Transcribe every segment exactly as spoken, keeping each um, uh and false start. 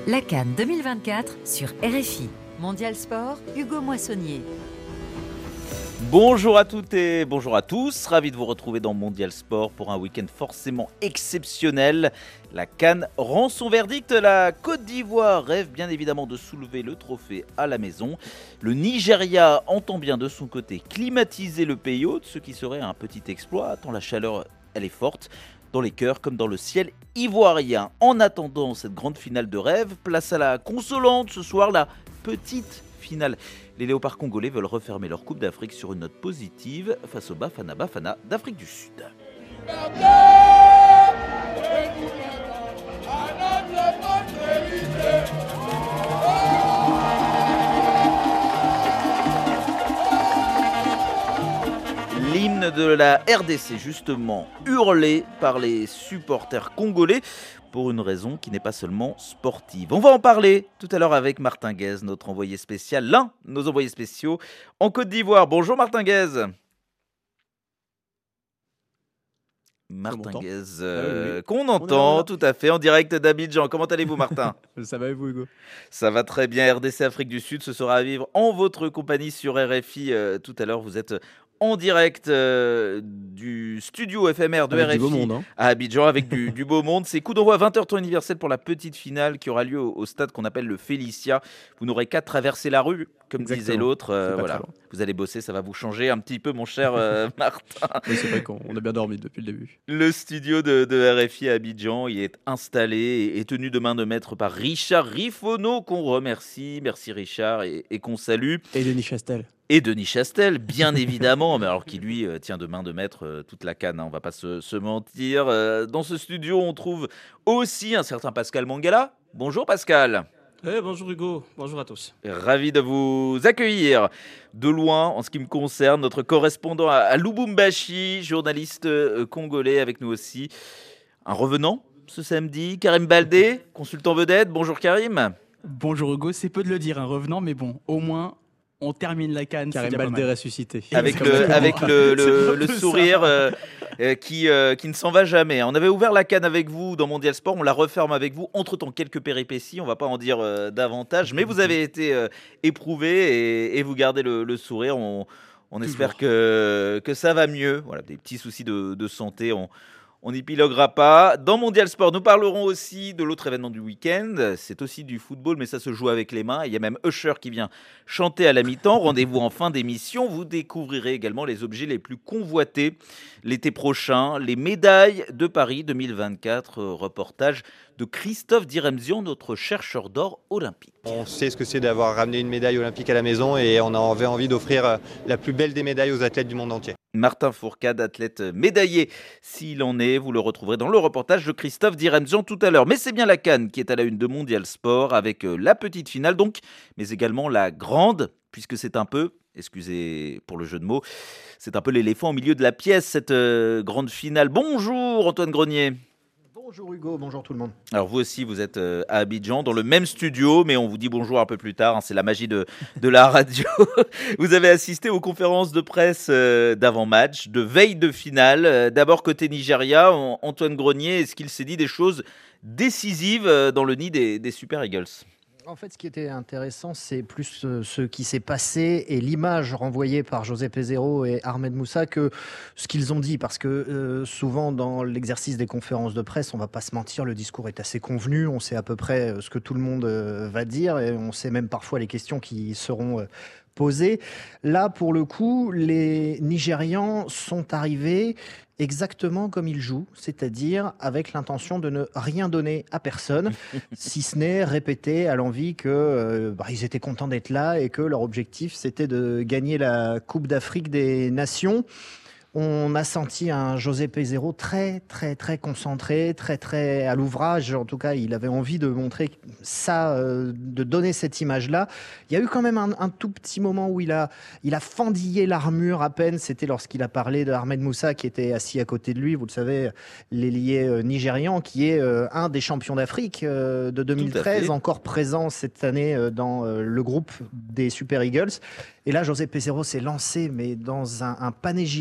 La CAN deux mille vingt-quatre sur R F I. Mondial Sport, Hugo Moissonnier. Bonjour à toutes et bonjour à tous, ravi de vous retrouver dans Mondial Sport pour un week-end forcément exceptionnel. La CAN rend son verdict, la Côte d'Ivoire rêve bien évidemment de soulever le trophée à la maison. Le Nigeria entend bien de son côté climatiser le pays hôte, ce qui serait un petit exploit tant la chaleur elle est forte dans les cœurs comme dans le ciel ivoirien. En attendant cette grande finale de rêve, place à la consolante ce soir, la petite finale. Les léopards congolais veulent refermer leur Coupe d'Afrique sur une note positive face au Bafana Bafana d'Afrique du Sud. L'hymne de la R D C justement hurlé par les supporters congolais pour une raison qui n'est pas seulement sportive. On va en parler tout à l'heure avec Martin Guez, notre envoyé spécial, l'un de nos envoyés spéciaux en Côte d'Ivoire. Bonjour Martin Guez. Martin Guez, euh, ah oui. qu'on entend tout à fait en direct d'Abidjan. Comment allez-vous Martin? Ça va et vous Hugo? Ça va très bien. R D C Afrique du Sud, ce sera à vivre en votre compagnie sur R F I. Euh, tout à l'heure, vous êtes en direct euh, du studio éphémère de avec R F I monde, hein. à Abidjan avec du, du beau monde. C'est coup d'envoi à vingt heures temps universel pour la petite finale qui aura lieu au, au stade qu'on appelle le Félicia. Vous n'aurez qu'à traverser la rue, comme Exactement. disait l'autre. Euh, voilà. Vous allez bosser, ça va vous changer un petit peu, mon cher euh, Martin. Oui, c'est vrai qu'on a bien dormi depuis le début. Le studio de, de R F I à Abidjan, il est installé et tenu de main de maître par Richard Rifono, qu'on remercie. Merci Richard et, et qu'on salue. Et Denis Chastel. Et Denis Chastel, bien évidemment, mais alors qui lui euh, tient de main de maître euh, toute la CAN, hein, on ne va pas se, se mentir. Euh, dans ce studio, on trouve aussi un certain Pascal Mangala. Bonjour Pascal. Eh, bonjour Hugo, bonjour à tous. Ravi de vous accueillir de loin en ce qui me concerne, notre correspondant à, à Lubumbashi, journaliste euh, congolais avec nous aussi. Un revenant ce samedi, Karim Baldé, consultant vedette. Bonjour Karim. Bonjour Hugo, c'est peu de le dire, un revenant, mais bon, au moins... on termine la CAN. Karim Baldé ressuscité. Avec le, avec le, le, le sourire euh, euh, qui, euh, qui ne s'en va jamais. On avait ouvert la CAN avec vous dans Mondial Sport, on la referme avec vous. Entre-temps, quelques péripéties, on ne va pas en dire euh, davantage, mais vous avez été euh, éprouvé et, et vous gardez le, le sourire. On, on espère que, que ça va mieux. Voilà, des petits soucis de, de santé, on... On n'épiloguera pas. Dans Mondial Sport, nous parlerons aussi de l'autre événement du week-end. C'est aussi du football, mais ça se joue avec les mains. Il y a même Usher qui vient chanter à la mi-temps. Rendez-vous en fin d'émission. Vous découvrirez également les objets les plus convoités l'été prochain. Les médailles de Paris deux mille vingt-quatre. Reportage de Christophe Diremzian, notre chercheur d'or olympique. On sait ce que c'est d'avoir ramené une médaille olympique à la maison et on avait envie d'offrir la plus belle des médailles aux athlètes du monde entier. Martin Fourcade, athlète médaillé, s'il en est, vous le retrouverez dans le reportage de Christophe Diremzian tout à l'heure. Mais c'est bien la CAN qui est à la une de Mondial Sport avec la petite finale donc, mais également la grande, puisque c'est un peu, excusez pour le jeu de mots, c'est un peu l'éléphant au milieu de la pièce, cette euh, grande finale. Bonjour Antoine Grenier. Bonjour Hugo, bonjour tout le monde. Alors vous aussi, vous êtes euh, à Abidjan, dans le même studio, mais on vous dit bonjour un peu plus tard, hein, c'est la magie de, de la radio. Vous avez assisté aux conférences de presse euh, d'avant-match, de veille de finale. Euh, d'abord côté Nigeria, Antoine Grenier, est-ce qu'il s'est dit des choses décisives euh, dans le nid des, des Super Eagles ? En fait, ce qui était intéressant, c'est plus euh, ce qui s'est passé et l'image renvoyée par José Peseiro et Ahmed Moussa que ce qu'ils ont dit. Parce que euh, souvent, dans l'exercice des conférences de presse, on ne va pas se mentir, le discours est assez convenu. On sait à peu près ce que tout le monde euh, va dire et on sait même parfois les questions qui seront euh, posées. Là, pour le coup, les Nigérians sont arrivés exactement comme ils jouent, c'est-à-dire avec l'intention de ne rien donner à personne, si ce n'est répéter à l'envi que euh, bah, ils étaient contents d'être là et que leur objectif c'était de gagner la Coupe d'Afrique des Nations. On a senti un José Peseiro très, très, très concentré, très, très à l'ouvrage. En tout cas, il avait envie de montrer ça, euh, de donner cette image-là. Il y a eu quand même un, un tout petit moment où il a, il a fendillé l'armure à peine. C'était lorsqu'il a parlé de Ahmed Moussa qui était assis à côté de lui. Vous le savez, l'ailier euh, nigérian qui est euh, un des champions d'Afrique euh, de deux mille treize, encore présent cette année euh, dans euh, le groupe des Super Eagles. Et là, José Peseiro s'est lancé, mais dans un, un panégyrique, dans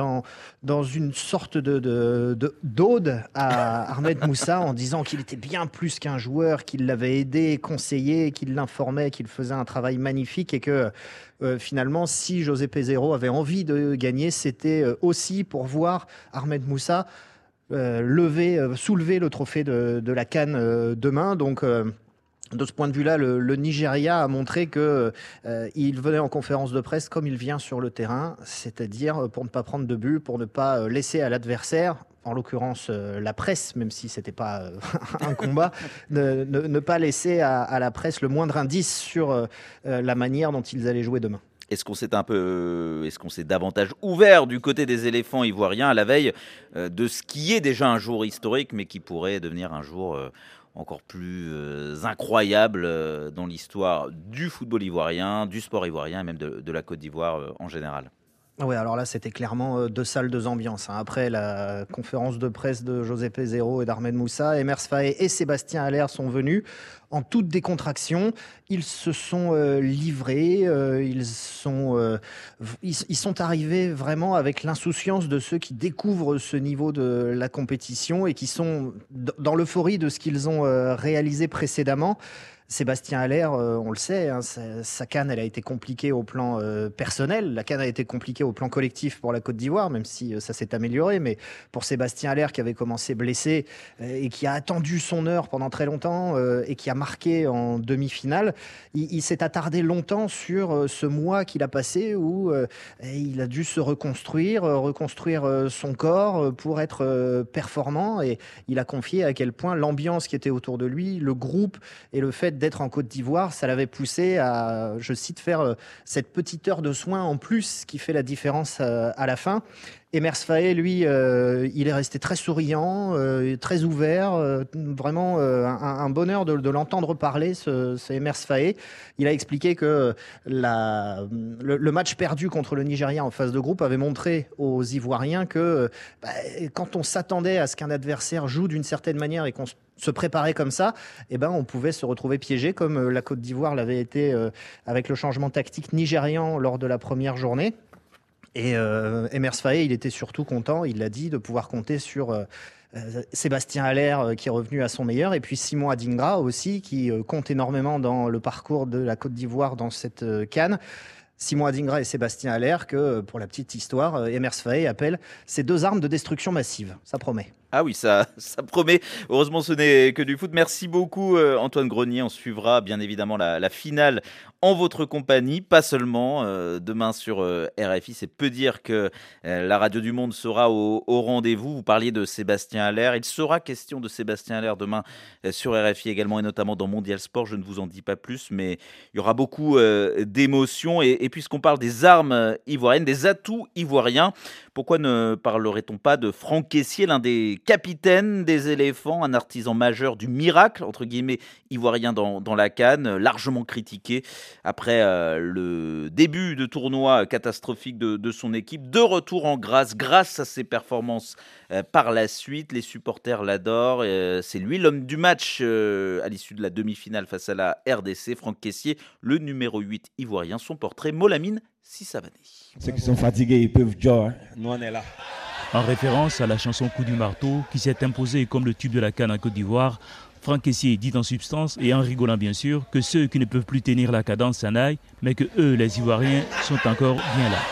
dans, dans une sorte de, de, de, d'ode à Ahmed Moussa en disant qu'il était bien plus qu'un joueur, qu'il l'avait aidé, conseillé, qu'il l'informait, qu'il faisait un travail magnifique et que euh, finalement, si José Peseiro avait envie de gagner, c'était aussi pour voir Ahmed Moussa euh, lever, euh, soulever le trophée de, de la CAN euh, demain. Donc, euh, de ce point de vue-là, le, le Nigeria a montré qu'il euh, venait en conférence de presse comme il vient sur le terrain, c'est-à-dire pour ne pas prendre de but, pour ne pas laisser à l'adversaire, en l'occurrence euh, la presse, même si ce n'était pas euh, un combat, ne, ne, ne pas laisser à, à la presse le moindre indice sur euh, la manière dont ils allaient jouer demain. Est-ce qu'on s'est un peu, est-ce qu'on s'est davantage ouvert du côté des éléphants ivoiriens à la veille euh, de ce qui est déjà un jour historique, mais qui pourrait devenir un jour euh, encore plus euh, incroyable euh, dans l'histoire du football ivoirien, du sport ivoirien et même de, de la Côte d'Ivoire euh, en général? Oui, alors là, c'était clairement euh, deux salles, deux ambiances. Hein. Après la conférence de presse de José Peseiro et d'Ahmed Moussa, Emers Faé et Sébastien Haller sont venus en toute décontraction. Ils se sont euh, livrés, euh, ils, sont, euh, ils, ils sont arrivés vraiment avec l'insouciance de ceux qui découvrent ce niveau de la compétition et qui sont d- dans l'euphorie de ce qu'ils ont euh, réalisé précédemment. Sébastien Haller, euh, on le sait, hein, sa, sa CAN, elle a été compliquée au plan euh, personnel. La CAN a été compliquée au plan collectif pour la Côte d'Ivoire, même si euh, ça s'est amélioré. Mais pour Sébastien Haller, qui avait commencé blessé euh, et qui a attendu son heure pendant très longtemps euh, et qui a marqué en demi-finale, il, il s'est attardé longtemps sur euh, ce mois qu'il a passé où euh, il a dû se reconstruire, euh, reconstruire euh, son corps euh, pour être euh, performant. Et il a confié à quel point l'ambiance qui était autour de lui, le groupe et le fait d'être en Côte d'Ivoire, ça l'avait poussé à, je cite, faire euh, cette petite heure de soins en plus qui fait la différence euh, à la fin. Emers Faé, lui, euh, il est resté très souriant, euh, très ouvert, euh, vraiment euh, un, un bonheur de, de l'entendre parler, ce, ce Emers Faé. Il a expliqué que la, le, le match perdu contre le Nigeria en phase de groupe avait montré aux Ivoiriens que bah, quand on s'attendait à ce qu'un adversaire joue d'une certaine manière et qu'on se préparait comme ça, eh ben, on pouvait se retrouver piégé comme la Côte d'Ivoire l'avait été euh, avec le changement tactique nigérian lors de la première journée. Et euh, Emers Faé, il était surtout content, il l'a dit, de pouvoir compter sur euh, euh, Sébastien Haller euh, qui est revenu à son meilleur, et puis Simon Adingra aussi, qui euh, compte énormément dans le parcours de la Côte d'Ivoire dans cette euh, CAN. Simon Adingra et Sébastien Haller, que pour la petite histoire, euh, Emers Faé appelle ces deux armes de destruction massive. Ça promet. Ah oui, ça, ça promet. Heureusement, ce n'est que du foot. Merci beaucoup, euh, Antoine Grenier. On suivra bien évidemment la, la finale en votre compagnie, pas seulement euh, demain sur euh, R F I. C'est peu dire que euh, la radio du monde sera au, au rendez-vous. Vous parliez de Sébastien Haller. Il sera question de Sébastien Haller demain euh, sur R F I également, et notamment dans Mondial Sport. Je ne vous en dis pas plus, mais il y aura beaucoup euh, d'émotions. Et, et puisqu'on parle des armes ivoiriennes, des atouts ivoiriens, pourquoi ne parlerait-on pas de Franck Kessié, l'un des capitaines des éléphants, un artisan majeur du miracle, entre guillemets, ivoirien dans, dans la CAN, largement critiqué après euh, le début de tournoi catastrophique de, de son équipe. De retour en grâce, grâce à ses performances euh, par la suite. Les supporters l'adorent. Euh, c'est lui l'homme du match euh, à l'issue de la demi-finale face à la R D C. Franck Kessié, le numéro huit ivoirien. Son portrait, Molamine Sissavané. Ceux qui sont fatigués, ils peuvent jouer. Nous, on est là. En référence à la chanson Coup du marteau qui s'est imposée comme le tube de la CAN en Côte d'Ivoire, Franck Kessié dit en substance, et en rigolant bien sûr, que ceux qui ne peuvent plus tenir la cadence s'en aillent, mais que eux, les Ivoiriens, sont encore bien là.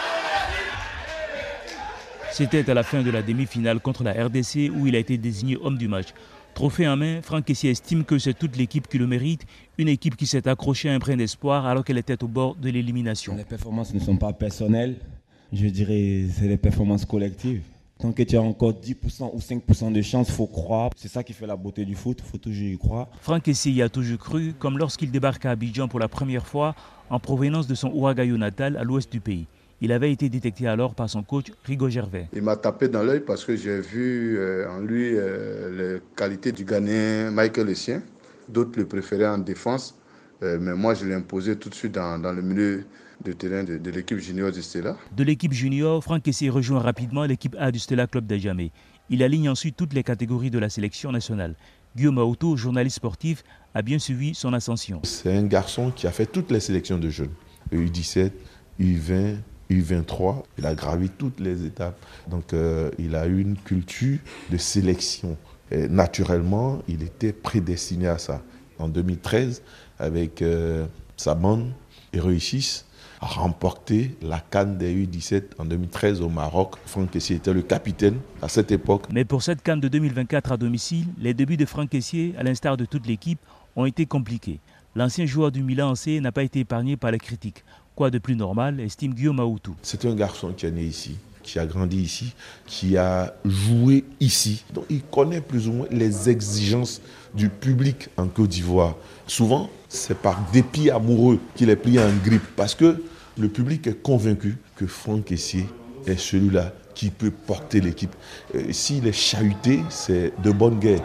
C'était à la fin de la demi-finale contre la R D C où il a été désigné homme du match. Trophée en main, Franck Kessié estime que c'est toute l'équipe qui le mérite, une équipe qui s'est accrochée à un brin d'espoir alors qu'elle était au bord de l'élimination. Les performances ne sont pas personnelles, je dirais c'est les performances collectives. Tant que tu as encore dix pour cent ou cinq pour cent de chance, il faut croire. C'est ça qui fait la beauté du foot, il faut toujours y croire. Franck Kessié y a toujours cru, comme lorsqu'il débarque à Abidjan pour la première fois en provenance de son Ouagaïo natal à l'ouest du pays. Il avait été détecté alors par son coach Rigo Gervais. Il m'a tapé dans l'œil parce que j'ai vu euh, en lui euh, les qualités du Ghanéen Michael Essien. D'autres le préféraient en défense, euh, mais moi je l'ai imposé tout de suite dans, dans le milieu de terrain de, de l'équipe junior du Stella. De l'équipe junior, Franck Kessié rejoint rapidement l'équipe A du Stella Club d'Adjamé. Il aligne ensuite toutes les catégories de la sélection nationale. Guillaume Aouto, journaliste sportif, a bien suivi son ascension. C'est un garçon qui a fait toutes les sélections de jeunes, U dix-sept, U vingt, U vingt-trois, il a gravi toutes les étapes. Donc euh, il a eu une culture de sélection. Et naturellement, il était prédestiné à ça. En deux mille treize, avec euh, sa bande, Héroïchis a remporté la CAN des U dix-sept en deux mille treize au Maroc. Franck Kessié était le capitaine à cette époque. Mais pour cette CAN de deux mille vingt-quatre à domicile, les débuts de Franck Kessié, à l'instar de toute l'équipe, ont été compliqués. L'ancien joueur du Milan A C n'a pas été épargné par les critiques. Quoi de plus normal, estime Guillaume Aoutou. C'est un garçon qui est né ici, qui a grandi ici, qui a joué ici. Donc il connaît plus ou moins les exigences du public en Côte d'Ivoire. Souvent, c'est par dépit amoureux qu'il est plié en grippe parce que le public est convaincu que Franck Kessié est celui-là qui peut porter l'équipe. S'il est chahuté, c'est de bonne guerre.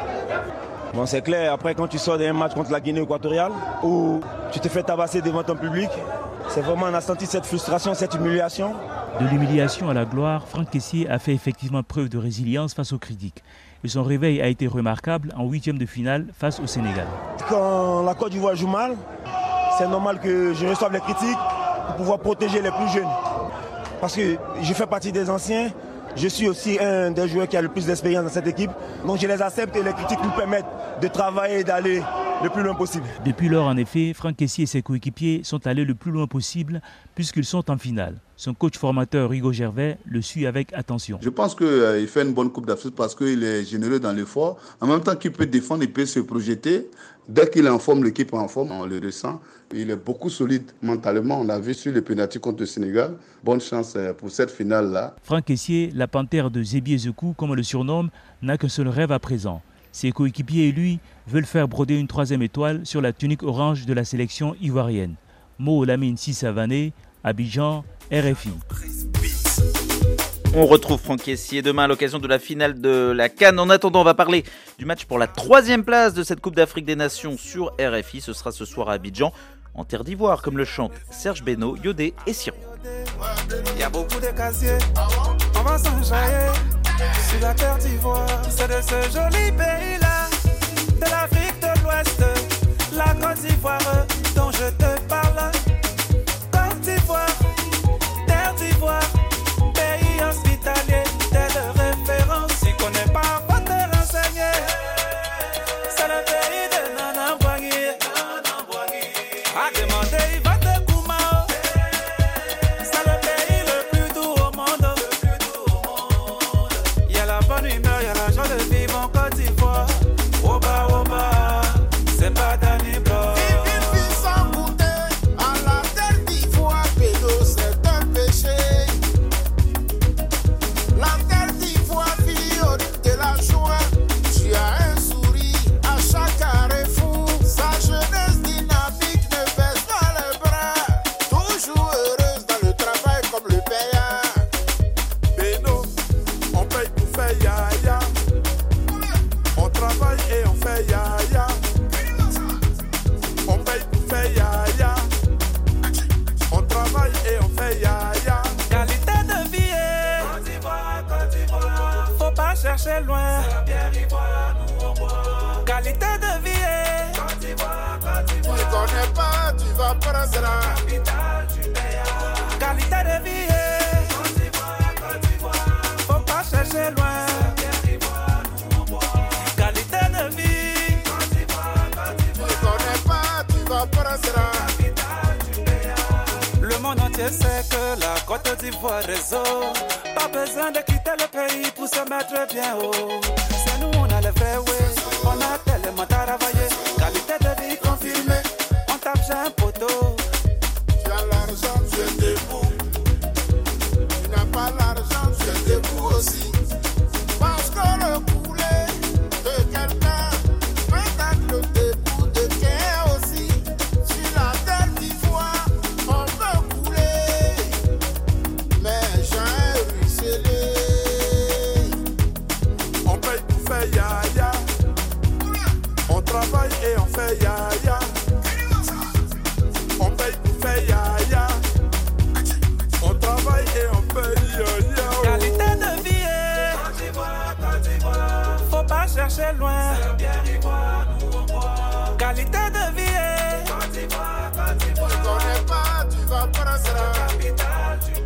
Bon, c'est clair, après quand tu sors d'un match contre la Guinée équatoriale où tu te fais tabasser devant ton public, c'est vraiment, on a senti cette frustration, cette humiliation. De l'humiliation à la gloire, Franck Kessié a fait effectivement preuve de résilience face aux critiques. Et son réveil a été remarquable en huitième de finale face au Sénégal. Quand la Côte d'Ivoire joue mal, c'est normal que je reçoive les critiques pour pouvoir protéger les plus jeunes. Parce que je fais partie des anciens, je suis aussi un des joueurs qui a le plus d'expérience dans cette équipe. Donc je les accepte et les critiques nous permettent de travailler et d'aller le plus loin possible. Depuis lors, en effet, Franck Kessié et ses coéquipiers sont allés le plus loin possible puisqu'ils sont en finale. Son coach formateur Hugo Gervais le suit avec attention. Je pense qu'il euh, fait une bonne Coupe d'Afrique parce qu'il est généreux dans l'effort. En même temps qu'il peut défendre, il peut se projeter. Dès qu'il est en forme, l'équipe est en forme, on le ressent. Il est beaucoup solide mentalement. On l'a vu sur le pénalty contre le Sénégal. Bonne chance pour cette finale-là. Franck Kessié, la panthère de Zébi Ezekou, comme on le surnomme, n'a qu'un seul rêve à présent. Ses coéquipiers et lui veulent faire broder une troisième étoile sur la tunique orange de la sélection ivoirienne. Mo Lamine Sissavané, Abidjan, R F I. On retrouve Franck Kessié demain à l'occasion de la finale de la CAN. En attendant, on va parler du match pour la troisième place de cette Coupe d'Afrique des Nations sur R F I. Ce sera ce soir à Abidjan, en terre d'Ivoire, comme le chantent Serge Beno, Yodé et Siro. Il y a beaucoup de casiers, on va s'enjailler sur la terre d'Ivoire. C'est de ce joli pays-là, de l'Afrique de l'Ouest, la Côte d'Ivoire dont je te parle. Côte d'Ivoire, terre d'Ivoire, pays hospitalier, terre de référence. Si qu'on n'est pas, faut te renseigner. C'est le pays de Nana Boigui. À demander, il va te Koumao. C'est le pays le plus doux au monde. Il y a la bonne humeur, il y a la joie de vivre en Côte d'Ivoire. Oba, oba, c'est pas Danny Blanc. Chercher loin, qualité de vie. Côte d'Ivoire, Côte d'Ivoire. Tu connais pas, tu vas prendre la capitale du pays. Qualité de vie. Côte d'Ivoire, Côte d'Ivoire. Faut pas chercher loin. Qualité de vie. Côte d'Ivoire, Côte d'Ivoire. Tu connais pas, tu vas prendre la capitale du pays. Le monde entier sait que la Côte d'Ivoire réseau. Pas besoin de quitter le pays pour se mettre bien haut. C'est nous, on a le vrai way. On a tellement travaillé. Qualité de vie confirmée. On tape, j'ai un poteau. Tu as l'argent, tu es debout. Tu n'as pas l'argent, tu es debout aussi. Parce que le poulet de quelqu'un peut être le debout de quelqu'un aussi. Sur la terre d'Ivoire, on peut couler. Mais j'ai on paye pour faire ya-ya. On travaille et on fait ya-ya. On paye pour faire ya-ya. On travaille et on paye ya-ya. Qualité de vie. Côte d'Ivoire, Côte d'Ivoire. Faut pas chercher loin. Qualité de vie. Côte d'Ivoire, Côte d'Ivoire. Tu connais pas, tu vas prendre la capitale du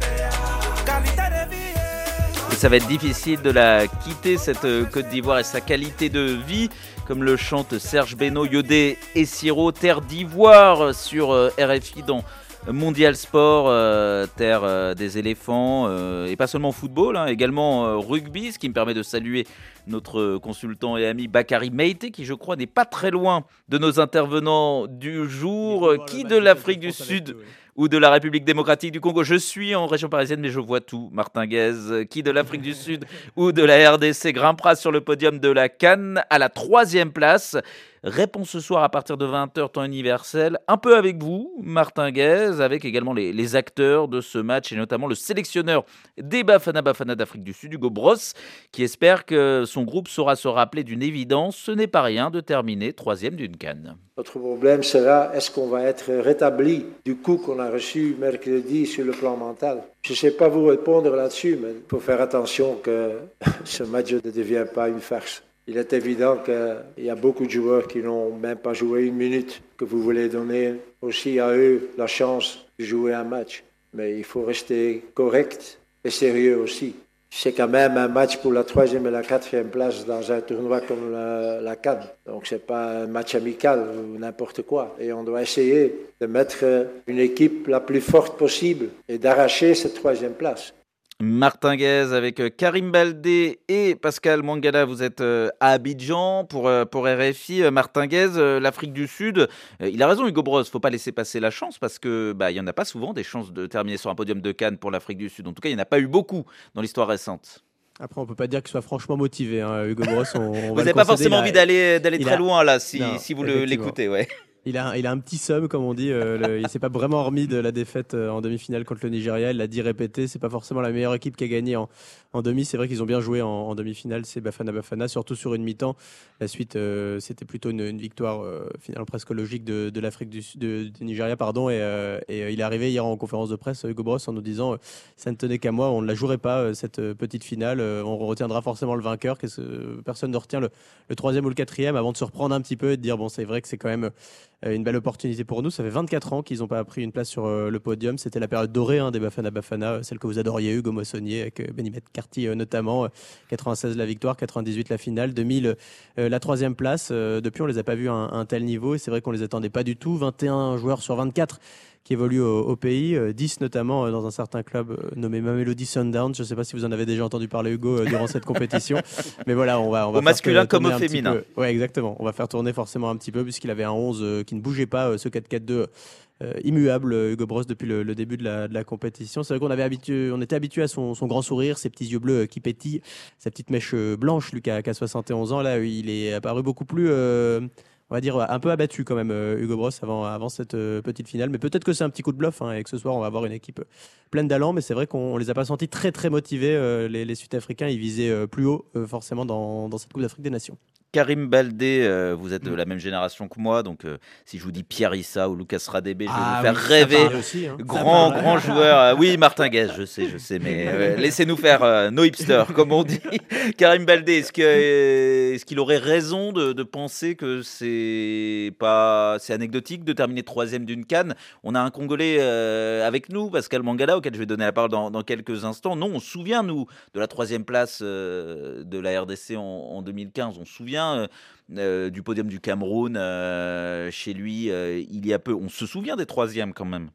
Ça va être difficile de la quitter, cette Côte d'Ivoire et sa qualité de vie, comme le chantent Serge Beno, Yodé et Siro, terre d'Ivoire sur R F I dans Mondial Sport, euh, terre euh, des éléphants, euh, et pas seulement football, hein, également euh, rugby, ce qui me permet de saluer notre consultant et ami Bakary Meïté, qui je crois n'est pas très loin de nos intervenants du jour, qui de l'Afrique du Sud ou de la République démocratique du Congo. Je suis en région parisienne, mais je vois tout. Martin Guez, qui de l'Afrique du Sud ou de la R D C grimpera sur le podium de la CAN à la troisième place. Réponse ce soir à partir de vingt heures, temps universel. Un peu avec vous, Martin Guez, avec également les, les acteurs de ce match et notamment le sélectionneur des Bafana Bafana d'Afrique du Sud, Hugo Bross, qui espère que son groupe saura se rappeler d'une évidence. Ce n'est pas rien de terminer troisième d'une CAN. Notre problème sera, est-ce qu'on va être rétabli du coup qu'on a reçu mercredi sur le plan mental? Je ne sais pas vous répondre là-dessus, mais il faut faire attention que ce match ne devienne pas une farce. Il est évident qu'il y a beaucoup de joueurs qui n'ont même pas joué une minute, que vous voulez donner aussi à eux la chance de jouer un match. Mais il faut rester correct et sérieux aussi. C'est quand même un match pour la troisième et la quatrième place dans un tournoi comme la, la CAN. Donc c'est pas un match amical ou n'importe quoi. Et on doit essayer de mettre une équipe la plus forte possible et d'arracher cette troisième place. Martin Guez avec Karim Baldé et Pascal Mangala, vous êtes à Abidjan pour, pour R F I. Martin Guez, l'Afrique du Sud, il a raison Hugo Bross, il ne faut pas laisser passer la chance parce qu'il bah, n'y en a pas souvent des chances de terminer sur un podium de CAN pour l'Afrique du Sud. En tout cas, il n'y en a pas eu beaucoup dans l'histoire récente. Après, on peut pas dire qu'il soit franchement motivé, hein, Hugo Bross. On, on vous n'avez pas forcément envie d'aller, d'aller très a... loin là, si, non, si vous le, l'écoutez. Ouais. Il a, il a un petit somme, comme on dit. Euh, le, il ne s'est pas vraiment remis de la défaite euh, en demi-finale contre le Nigeria. Il l'a dit répété. C'est pas forcément la meilleure équipe qui a gagné en, en demi. C'est vrai qu'ils ont bien joué en, en demi-finale. C'est Bafana Bafana, surtout sur une mi-temps. La suite, euh, c'était plutôt une, une victoire euh, finalement presque logique de, de l'Afrique du, de, du Nigeria, pardon. Et, euh, et euh, il est arrivé hier en conférence de presse, Hugo Bross, en nous disant euh, ça ne tenait qu'à moi. On ne la jouerait pas euh, cette euh, petite finale. Euh, on retiendra forcément le vainqueur. Qu'est-ce, euh, personne ne retient le, le troisième ou le quatrième avant de se reprendre un petit peu et de dire bon, c'est vrai que c'est quand même euh, une belle opportunité pour nous. Ça fait vingt-quatre ans qu'ils n'ont pas pris une place sur euh, le podium. C'était la période dorée hein, des Bafana Bafana, celle que vous adoriez, Hugo Moissonnier, avec euh, Benny McCarthy euh, notamment. Euh, quatre-vingt-seize la victoire, quatre-vingt-dix-huit la finale, deux mille euh, la troisième place. Euh, depuis, on les a pas vus à un, un tel niveau et c'est vrai qu'on les attendait pas du tout. vingt et un joueurs sur vingt-quatre qui évoluent au, au pays, euh, dix notamment euh, dans un certain club euh, nommé Mamelody Sundowns. Je ne sais pas si vous en avez déjà entendu parler, Hugo, euh, durant cette compétition. Mais voilà, on va, on va au masculin comme au féminin. Oui, exactement. On va faire tourner forcément un petit peu puisqu'il avait un onze euh, qui ne bougeait pas, euh, ce quatre quatre deux euh, immuable, euh, Hugo Bross, depuis le, le début de la, de la compétition. C'est vrai qu'on avait habitué, on était habitué à son, son grand sourire, ses petits yeux bleus euh, qui pétillent, sa petite mèche euh, blanche, lui qui a, qui a soixante et onze ans. Là, il est apparu beaucoup plus... Euh, on va dire un peu abattu quand même euh, Hugo Bross avant, avant cette euh, petite finale, mais peut-être que c'est un petit coup de bluff hein, et que ce soir on va avoir une équipe pleine d'allant, mais c'est vrai qu'on les a pas sentis très très motivés, euh, les, les Sud-Africains. Ils visaient euh, plus haut euh, forcément dans, dans cette Coupe d'Afrique des Nations. Karim Baldé, euh, vous êtes de la même génération que moi, donc euh, si je vous dis Pierre Issa ou Lucas Radebe, je vais ah, vous faire oui, rêver. Aussi, hein. Grand, grand joueur. Euh, oui, Martin Guez, je sais, je sais, mais euh, laissez-nous faire euh, nos hipsters, comme on dit. Karim Baldé, est-ce, que, euh, est-ce qu'il aurait raison de, de penser que c'est pas, c'est anecdotique de terminer troisième d'une CAN? On a un Congolais euh, avec nous, Pascal Mangala, auquel je vais donner la parole dans, dans quelques instants. Non, on se souvient, nous, de la troisième place euh, de la R D C en, en deux mille quinze. On se souvient Euh, euh, du podium du Cameroun euh, chez lui euh, il y a peu. On se souvient des troisièmes quand même.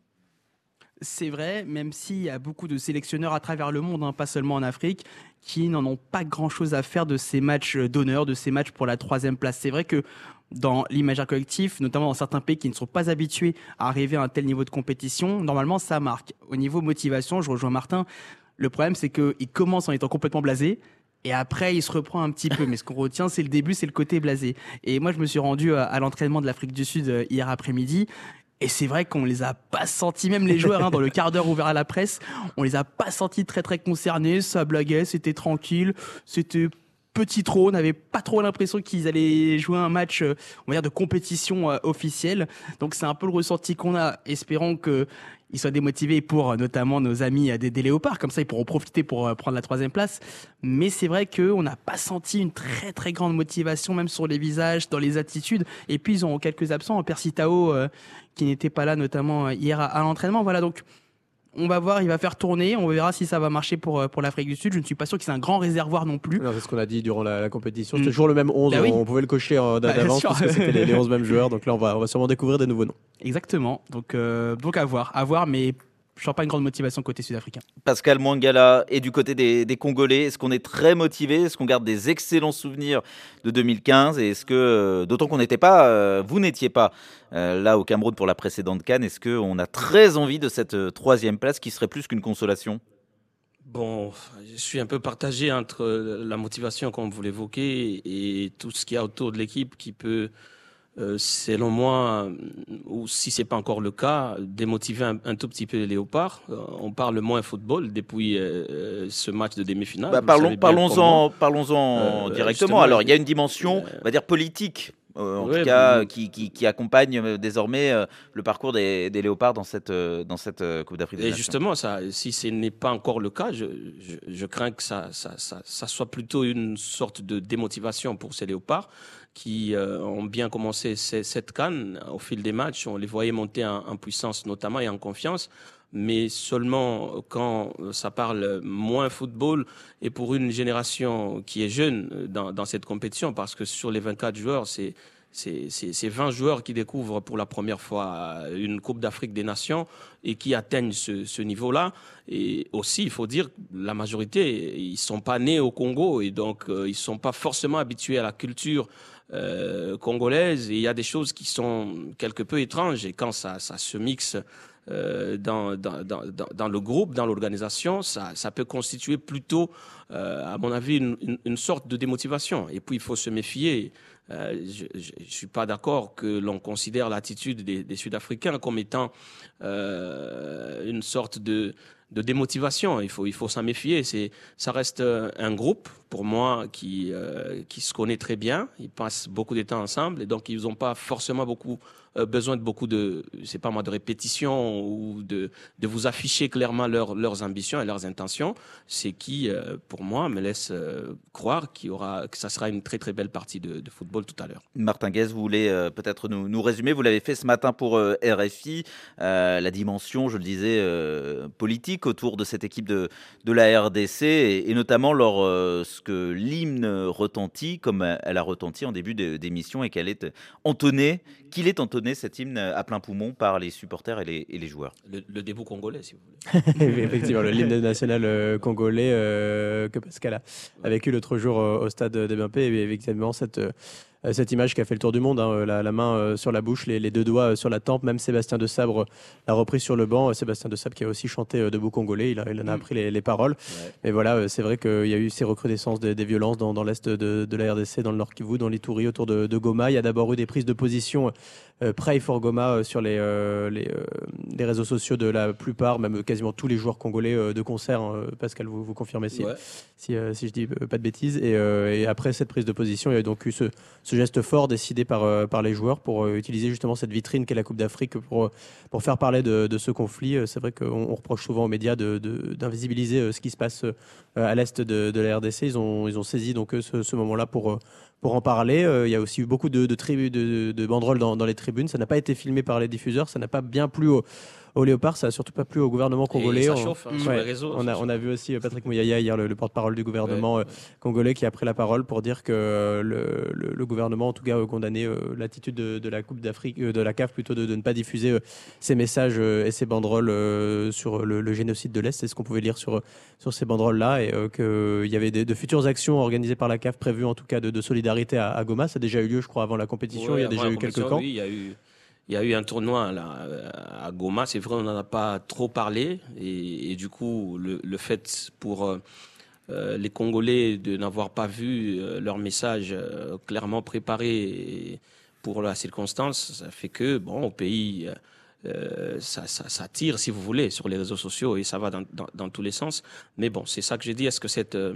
C'est vrai, même s'il y a beaucoup de sélectionneurs à travers le monde, hein, pas seulement en Afrique, qui n'en ont pas grand-chose à faire de ces matchs d'honneur, de ces matchs pour la troisième place. C'est vrai que dans l'imaginaire collectif, notamment dans certains pays qui ne sont pas habitués à arriver à un tel niveau de compétition, normalement ça marque. Au niveau motivation, je rejoins Martin, le problème c'est qu'il commence en étant complètement blasé, et après, il se reprend un petit peu. Mais ce qu'on retient, c'est le début, c'est le côté blasé. Et moi, je me suis rendu à, à l'entraînement de l'Afrique du Sud euh, hier après-midi. Et c'est vrai qu'on les a pas sentis, même les joueurs, hein, dans le quart d'heure ouvert à la presse, on les a pas sentis très, très concernés. Ça blaguait, c'était tranquille, c'était petit trop. On n'avait pas trop l'impression qu'ils allaient jouer un match, euh, on va dire, de compétition euh, officielle. Donc, c'est un peu le ressenti qu'on a. Espérons que ils soient démotivés pour notamment nos amis des, des Léopards, comme ça ils pourront profiter pour euh, prendre la troisième place. Mais c'est vrai qu'on n'a pas senti une très très grande motivation, même sur les visages, dans les attitudes. Et puis ils ont quelques absents, Percy Tao euh, qui n'était pas là notamment hier à, à l'entraînement. Voilà, donc On va voir, il va faire tourner, on verra si ça va marcher pour, pour l'Afrique du Sud. Je ne suis pas sûr que c'est un grand réservoir non plus. Non, c'est ce qu'on a dit durant la, la compétition. Mm. C'était toujours le même onze, Bah oui. on pouvait le cocher euh, Bah, d'avance bien parce sûr. que c'était les, les onze mêmes joueurs. Donc là, on va, on va sûrement découvrir des nouveaux noms. Exactement, donc, euh, donc à voir, à voir, mais je sens pas une grande motivation côté sud-africain. Pascal Mwangala, et du côté des, des Congolais, est-ce qu'on est très motivé? Est-ce qu'on garde des excellents souvenirs de deux mille quinze? Et est-ce que, euh, d'autant qu'on n'était pas, euh, vous n'étiez pas euh, là au Cameroun pour la précédente CAN, est-ce qu'on a très envie de cette euh, troisième place qui serait plus qu'une consolation? Bon, je suis un peu partagé entre la motivation, comme vous l'évoquez, et tout ce qu'il y a autour de l'équipe qui peut, euh, selon moi, ou si c'est pas encore le cas, démotiver un, un tout petit peu les Léopards. Euh, on parle moins football depuis euh, ce match de demi-finale. Bah, Vous parlons, savez bien parlons-en, comment. parlons-en Euh, directement. justement, Alors, je- il y a une dimension, on va dire politique, euh, en Ouais, tout cas, mais- qui, qui, qui accompagne euh, désormais euh, le parcours des, des Léopards dans cette, euh, dans cette euh, Coupe d'Afrique des Et Nations. justement, ça, si ce n'est pas encore le cas, je, je, je crains que ça, ça, ça, ça soit plutôt une sorte de démotivation pour ces Léopards qui euh, ont bien commencé ces- cette CAN. Au fil des matchs, on les voyait monter en, en puissance notamment et en confiance. Mais seulement quand ça parle moins football et pour une génération qui est jeune dans, dans cette compétition, parce que sur les vingt-quatre joueurs, c'est c'est c'est- c'est vingt joueurs qui découvrent pour la première fois une Coupe d'Afrique des Nations et qui atteignent ce, ce niveau-là. Et aussi, il faut dire, la majorité, ils sont pas nés au Congo et donc euh, ils sont pas forcément habitués à la culture euh, congolaise. Et il y a des choses qui sont quelque peu étranges. Et quand ça, ça se mixe euh, dans, dans, dans, dans dans le groupe, dans l'organisation, ça, ça peut constituer plutôt, euh, à mon avis, une, une, une sorte de démotivation. Et puis, il faut se méfier. Euh, je ne suis pas d'accord que l'on considère l'attitude des, des Sud-Africains comme étant euh, une sorte de, de démotivation. Il faut, il faut s'en méfier. C'est, ça reste euh, un groupe, pour moi, qui, euh, qui se connaît très bien. Ils passent beaucoup de temps ensemble et donc ils n'ont pas forcément beaucoup euh, besoin de beaucoup de, c'est pas moi, de répétition ou de, de vous afficher clairement leur, leurs ambitions et leurs intentions. C'est qui, euh, pour moi, me laisse euh, croire qu'il y aura, que ça sera une très très belle partie de, de football tout à l'heure. Martin Guez, vous voulez euh, peut-être nous, nous résumer, vous l'avez fait ce matin pour euh, R F I, euh, la dimension, je le disais, euh, politique autour de cette équipe de, de la R D C et, et notamment lors euh, ce que l'hymne retentit, comme elle a retenti en début de- d'émission et qu'elle est entonnée, qu'il est entonné cet hymne à plein poumon par les supporters et les, et les joueurs. Le, le début congolais, si vous voulez. Effectivement, le l'hymne national euh, congolais euh, que Pascal a, a vécu l'autre jour euh, au stade des Bimpé. Et effectivement, cette, euh, cette image qui a fait le tour du monde, hein, la, la main euh, sur la bouche, les, les deux doigts euh, sur la tempe. Même Sébastien de Sabre l'a repris sur le banc. Euh, Sébastien de Sabre qui a aussi chanté euh, Debout Congolais, il, a, il en a appris les, les paroles. Ouais. Mais voilà, euh, c'est vrai qu'il y a eu ces recrudescences des, des violences dans, dans l'est de, de la R D C, dans le Nord Kivu, dans l'Ituri, autour de, de Goma. Il y a d'abord eu des prises de position euh, Pray for Goma euh, sur les, euh, les, euh, les réseaux sociaux de la plupart, même quasiment tous les joueurs congolais euh, de concert. Hein. Pascal, vous, vous confirmez si, Ouais. si, euh, si je dis euh, pas de bêtises. Et, euh, et après cette prise de position, il y a donc eu ce, ce geste fort décidé par, euh, par les joueurs pour euh, utiliser justement cette vitrine qu'est la Coupe d'Afrique pour, pour faire parler de, de ce conflit. Euh, C'est vrai qu'on on reproche souvent aux médias de, de, d'invisibiliser euh, ce qui se passe euh, à l'est de, de la R D C. Ils ont, ils ont saisi donc euh, ce, ce moment-là pour, euh, pour en parler. Euh, il y a aussi eu beaucoup de, de, tribu, de, de banderoles dans, dans les tribunes. Ça n'a pas été filmé par les diffuseurs. Ça n'a pas bien plu au, au Léopard. Ça n'a surtout pas plu au gouvernement congolais. ça On- chauffe, hein, sur les réseaux, On ça a, on a vu aussi euh, Patrick Mouyaya hier, le, le porte-parole du gouvernement Ouais, euh, congolais, qui a pris la parole pour dire que euh, le, le, le gouvernement, en tout cas, euh, condamnait euh, l'attitude de, de la Coupe d'Afrique, euh, de la C A F plutôt, de, de ne pas diffuser euh, ces messages euh, et ces banderoles euh, sur le, le génocide de l'Est. C'est ce qu'on pouvait lire sur, sur ces banderoles-là, et euh, qu'il y avait des, de futures actions organisées par la C A F, prévues en tout cas de, de solidarité à, à Goma. Ça a déjà eu lieu, je crois, avant la compétition. Ouais, il y a avant déjà la eu quelques compétition, camps. oui, il y a eu, il y a eu un tournoi là, à Goma. C'est vrai, on n'en a pas trop parlé. Et, et du coup, le, le fait pour euh, euh, les Congolais de n'avoir pas vu euh, leur message euh, clairement préparé pour la circonstance, ça fait que, bon, au pays, euh, ça, ça, ça tire, si vous voulez, sur les réseaux sociaux et ça va dans, dans, dans tous les sens. Mais bon, c'est ça que j'ai dit. Est-ce que cette. Euh,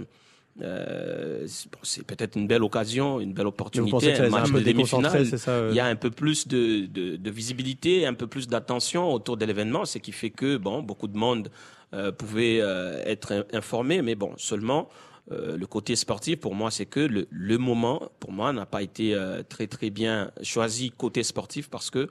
Euh, c'est- bon, c'est peut-être une belle occasion, une belle Mais opportunité, vous pensez que ça un les a un match peu de déconcentrés, demi-finale. c'est ça euh Il y a un peu plus de, de, de visibilité, un peu plus d'attention autour de l'événement, ce qui fait que bon, beaucoup de monde euh, pouvait euh, être informé, mais bon, seulement euh, le côté sportif, pour moi, c'est que le, le moment, pour moi, n'a pas été euh, très très bien choisi côté sportif parce que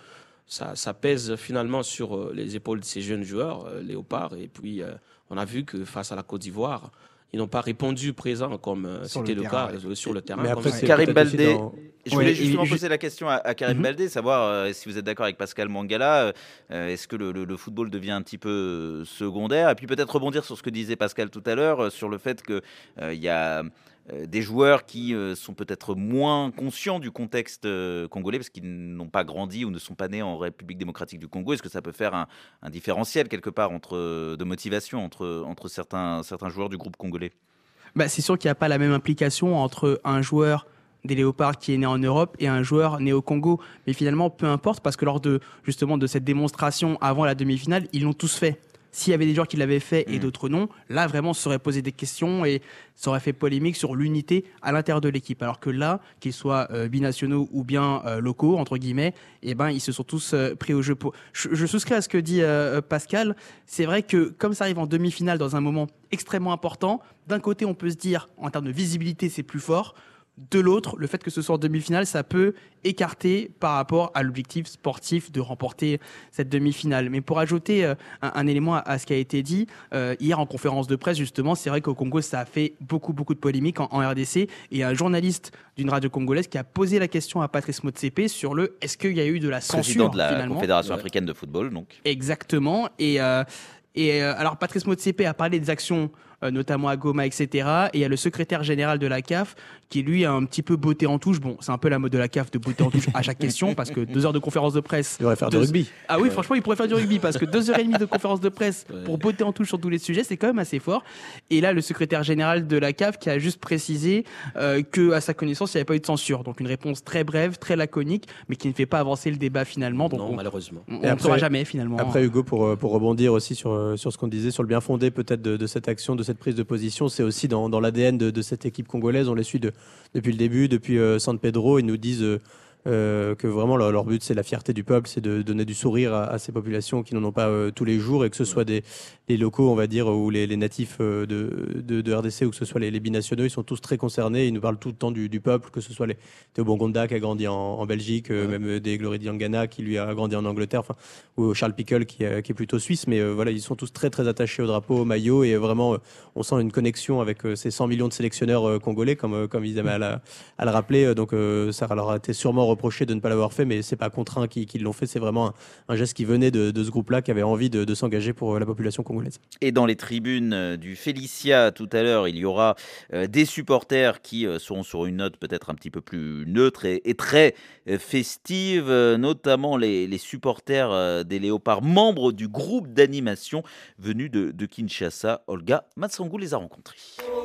ça, ça pèse finalement sur les épaules de ces jeunes joueurs, euh, Léopard. Et puis, euh, on a vu que face à la Côte d'Ivoire, ils n'ont pas répondu présent comme euh, c'était le, le cas euh, sur le terrain. Mais après, c'est Karim Baldé, dans... je voulais ouais, justement et, poser je... la question à, à Karim mm-hmm. Baldé, savoir euh, si vous êtes d'accord avec Pascal Mangala, euh, est-ce que le, le, le football devient un petit peu secondaire? Et puis peut-être rebondir sur ce que disait Pascal tout à l'heure, euh, sur le fait qu'il euh, y a euh, des joueurs qui euh, sont peut-être moins conscients du contexte euh, congolais, parce qu'ils n'ont pas grandi ou ne sont pas nés en République démocratique du Congo. Est-ce que ça peut faire un, un différentiel quelque part entre, de motivation entre, entre certains, certains joueurs du groupe congolais? Bah, c'est sûr qu'il n'y a pas la même implication entre un joueur des Léopards qui est né en Europe et un joueur né au Congo. Mais finalement, peu importe, parce que lors de, justement, de cette démonstration avant la demi-finale, ils l'ont tous fait. S'il y avait des joueurs qui l'avaient fait et mmh. d'autres non, là, vraiment, ça aurait posé des questions et ça aurait fait polémique sur l'unité à l'intérieur de l'équipe. Alors que là, qu'ils soient euh, binationaux ou bien euh, locaux, entre guillemets, eh ben, ils se sont tous euh, pris au jeu. Pour... Je, je souscris à ce que dit euh, Pascal. C'est vrai que comme ça arrive en demi-finale dans un moment extrêmement important, d'un côté, on peut se dire, en termes de visibilité, c'est plus fort. De l'autre, le fait que ce soit en demi-finale, ça peut écarter par rapport à l'objectif sportif de remporter cette demi-finale. Mais pour ajouter euh, un, un élément à, à ce qui a été dit, euh, hier en conférence de presse, justement, c'est vrai qu'au Congo, ça a fait beaucoup, beaucoup de polémiques en, en R D C. Et un journaliste d'une radio congolaise qui a posé la question à Patrice Motsepe sur le « est-ce qu'il y a eu de la censure ?» Président de la finalement Confédération africaine de football, donc. Exactement. Et, euh, et euh, alors, Patrice Motsepe a parlé des actions Euh, notamment à Goma, et cetera. Et il y a le secrétaire général de la C A F qui, lui, a un petit peu botté en touche. Bon, c'est un peu la mode de la C A F de botter en touche à chaque question, parce que deux heures de conférence de presse... Il devrait faire deux... du rugby. Ah oui, ouais. Franchement, il pourrait faire du rugby, parce que deux heures et demie de conférence de presse ouais. pour botter en touche sur tous les sujets, c'est quand même assez fort. Et là, le secrétaire général de la C A F qui a juste précisé euh, qu'à sa connaissance, il n'y avait pas eu de censure. Donc une réponse très brève, très laconique, mais qui ne fait pas avancer le débat finalement. Donc non, on, malheureusement. On ne saura jamais, finalement. Après, Hugo, pour, pour rebondir aussi sur, sur ce qu'on disait, sur le bien fondé peut-être de, de cette action, de cette prise de position, c'est aussi dans, dans l'A D N de, de cette équipe congolaise. On les suit de, depuis le début, depuis euh, San Pedro. Ils nous disent euh, euh, que vraiment leur, leur but, c'est la fierté du peuple, c'est de donner du sourire à, à ces populations qui n'en ont pas euh, tous les jours, et que ce soit des, les locaux, on va dire, ou les, les natifs euh, de, de, de R D C, ou que ce soit les, les binationaux, ils sont tous très concernés. Ils nous parlent tout le temps du, du peuple, que ce soit les Théo Bongonda qui a grandi en, en Belgique, euh, ouais. même des Glory Diangana qui lui a grandi en Angleterre, enfin, ou Charles Pickle qui, euh, qui est plutôt suisse, mais euh, voilà, ils sont tous très très attachés au drapeau, au maillot, et vraiment euh, on sent une connexion avec euh, ces cent millions de sélectionneurs euh, congolais, comme, euh, comme ils aimaient à, la, à le rappeler. Donc euh, ça leur a été sûrement reproché de ne pas l'avoir fait, mais c'est pas contraint qu'ils, qu'ils l'ont fait, c'est vraiment un, un geste qui venait de, de ce groupe-là, qui avait envie de, de s'engager pour la population congolaise. Et dans les tribunes du Félicia tout à l'heure, il y aura euh, des supporters qui euh, seront sur une note peut-être un petit peu plus neutre et, et très euh, festive, euh, notamment les, les supporters euh, des Léopards, membres du groupe d'animation venu de, de Kinshasa. Olga Matsangou les a rencontrés.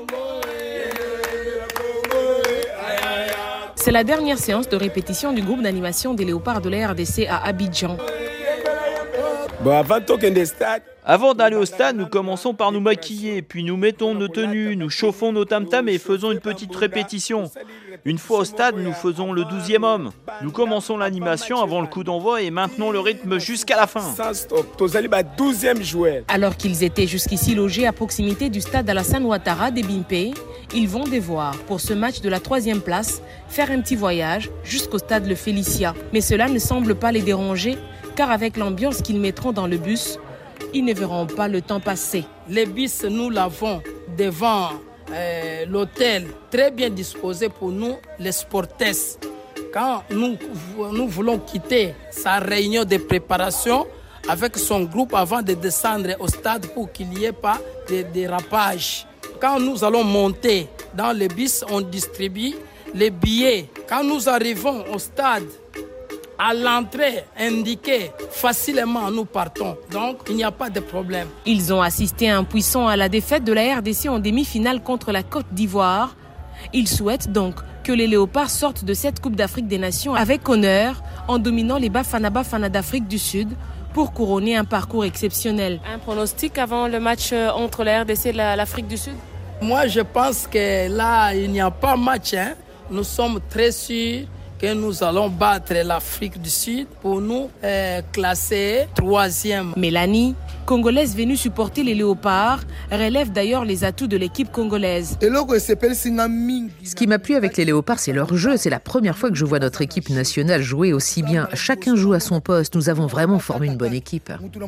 C'est la dernière séance de répétition du groupe d'animation des Léopards de la R D C à Abidjan. Bon, avant d'aller au stade, nous commençons par nous maquiller, puis nous mettons nos tenues, nous chauffons nos tam-tams et faisons une petite répétition. Une fois au stade, nous faisons le douzième homme. Nous commençons l'animation avant le coup d'envoi et maintenons le rythme jusqu'à la fin. Alors qu'ils étaient jusqu'ici logés à proximité du stade Alassane Ouattara d'Ebimpe, ils vont devoir, pour ce match de la troisième place, faire un petit voyage jusqu'au stade Le Félicia. Mais cela ne semble pas les déranger, car avec l'ambiance qu'ils mettront dans le bus, ils ne verront pas le temps passer. Les bus, nous l'avons devant euh, l'hôtel, très bien disposé pour nous, les sportifs. Quand nous, nous voulons quitter sa réunion de préparation avec son groupe avant de descendre au stade pour qu'il n'y ait pas de dérapage. Quand nous allons monter dans les bus, on distribue les billets. Quand nous arrivons au stade, à l'entrée indiquée, facilement nous partons. Donc, il n'y a pas de problème. Ils ont assisté impuissants à la défaite de la R D C en demi-finale contre la Côte d'Ivoire. Ils souhaitent donc que les Léopards sortent de cette Coupe d'Afrique des Nations avec honneur en dominant les Bafana Bafana d'Afrique du Sud pour couronner un parcours exceptionnel. Un pronostic avant le match entre la R D C et la, l'Afrique du Sud ? Moi, je pense que là, il n'y a pas match. Hein. Nous sommes très sûrs que nous allons battre l'Afrique du Sud pour nous euh, classer troisième. Mélanie, congolaise venue supporter les Léopards, relève d'ailleurs les atouts de l'équipe congolaise. Ce qui m'a plu avec les Léopards, c'est leur jeu. C'est la première fois que je vois notre équipe nationale jouer aussi bien. Chacun joue à son poste. Nous avons vraiment formé une bonne équipe.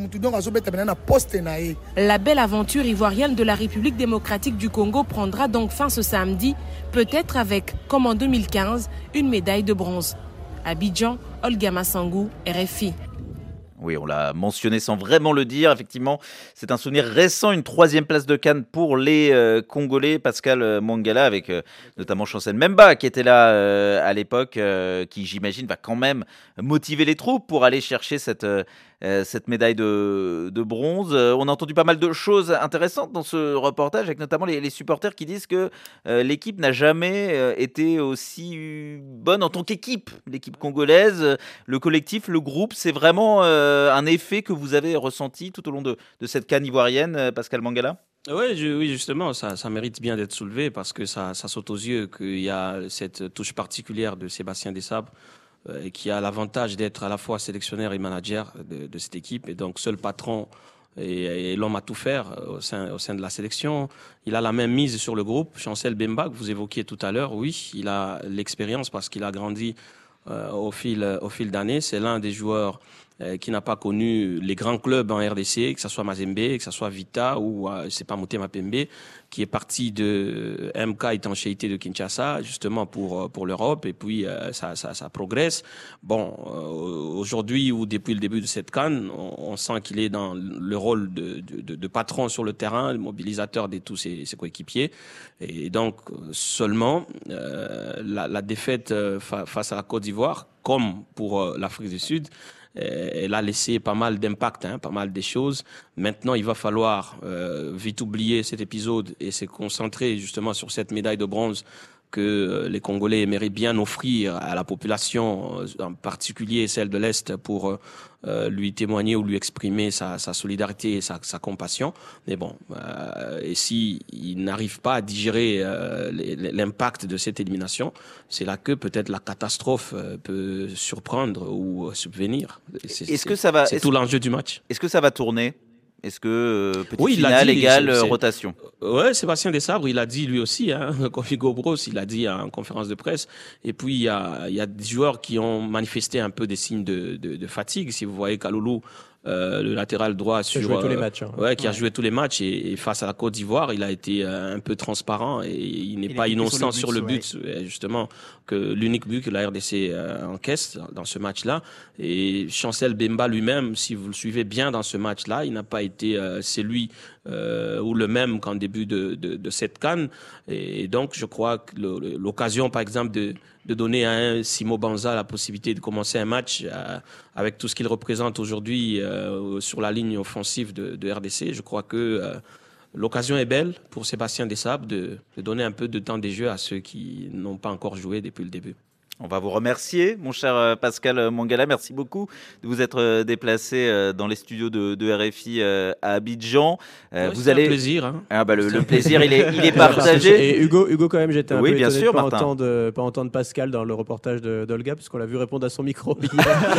La belle aventure ivoirienne de la République démocratique du Congo prendra donc fin ce samedi, peut-être avec, comme en deux mille quinze, une médaille de bronze. Abidjan, Olga Massangou, R F I. Oui, on l'a mentionné sans vraiment le dire. Effectivement, c'est un souvenir récent, une troisième place de CAN pour les euh, Congolais. Pascal Mangala, avec euh, notamment Chancel Mbemba, qui était là euh, à l'époque, euh, qui, j'imagine, va quand même motiver les troupes pour aller chercher cette, euh, cette médaille de, de bronze. Euh, on a entendu pas mal de choses intéressantes dans ce reportage, avec notamment les, les supporters qui disent que euh, l'équipe n'a jamais euh, été aussi bonne en tant qu'équipe. L'équipe congolaise, le collectif, le groupe, c'est vraiment... Euh, un effet que vous avez ressenti tout au long de, de cette CAN ivoirienne, Pascal Mangala? Ouais, je, oui, justement, ça, ça mérite bien d'être soulevé parce que ça, ça saute aux yeux qu'il y a cette touche particulière de Sébastien Desabre euh, qui a l'avantage d'être à la fois sélectionneur et manager de, de cette équipe et donc seul patron et, et l'homme à tout faire au sein, au sein de la sélection. Il a la même mise sur le groupe. Chancel Mbemba, que vous évoquiez tout à l'heure, oui, il a l'expérience parce qu'il a grandi euh, au fil, au fil d'années. C'est l'un des joueurs Euh, qui n'a pas connu les grands clubs en R D C, que ce soit Mazembe, que ce soit Vita ou euh, c'est pas Motema Pembe, qui est parti de M K étanchéité de Kinshasa justement pour pour l'Europe et puis euh, ça, ça ça progresse. Bon, euh, aujourd'hui ou depuis le début de cette CAN, on, on sent qu'il est dans le rôle de, de, de patron sur le terrain, le mobilisateur de tous ses, ses coéquipiers. Et donc seulement euh, la, la défaite euh, fa- face à la Côte d'Ivoire, comme pour euh, l'Afrique du Sud, elle a laissé pas mal d'impact, hein, pas mal de choses. Maintenant, il va falloir euh, vite oublier cet épisode et se concentrer justement sur cette médaille de bronze que les Congolais aimeraient bien offrir à la population, en particulier celle de l'Est, pour euh, lui témoigner ou lui exprimer sa, sa solidarité et sa, sa compassion. Mais bon, euh, et si il n'arrive pas à digérer euh, l'impact de cette élimination, c'est là que peut-être la catastrophe euh, peut surprendre ou subvenir. C'est, est-ce que ça va, c'est est-ce tout que, l'enjeu du match. Est-ce que ça va tourner ? Est-ce que euh, petite oui, finale dit, égale c'est, c'est, rotation? Ouais, Sébastien Desabre, il a dit lui aussi, hein, comme Hugo Bros, il a dit en conférence de presse. Et puis il y a, il y a des joueurs qui ont manifesté un peu des signes de, de, de fatigue. Si vous voyez Kaloulou, euh, le latéral droit sur, qui a joué euh, tous les matchs, hein. ouais, qui ouais. a joué tous les matchs et, et face à la Côte d'Ivoire, il a été euh, un peu transparent et il n'est il pas innocent sur le but, sur le but ouais. Justement, que l'unique but que la R D C euh, encaisse dans ce match-là. Et Chancel Mbemba lui-même, si vous le suivez bien dans ce match-là, il n'a pas été euh, celui euh, ou le même qu'en début de, de, de cette CAN. Et donc, je crois que le, l'occasion, par exemple, de, de donner à un Simo Banza la possibilité de commencer un match euh, avec tout ce qu'il représente aujourd'hui euh, sur la ligne offensive de, de R D C, je crois que euh, l'occasion est belle pour Sébastien Desabre de, de donner un peu de temps de jeu à ceux qui n'ont pas encore joué depuis le début. On va vous remercier, mon cher Pascal Mangala. Merci beaucoup de vous être déplacé dans les studios de, de R F I à Abidjan. Ouais, vous c'est allez... un plaisir. Hein. Ah bah le, le plaisir, il est, il est partagé. Et Hugo, Hugo quand même, j'étais un oui, peu bien étonné sûr, de pas Martin. entendre, pas entendre Pascal dans le reportage de, d'Olga, puisqu'on l'a vu répondre à son micro hier,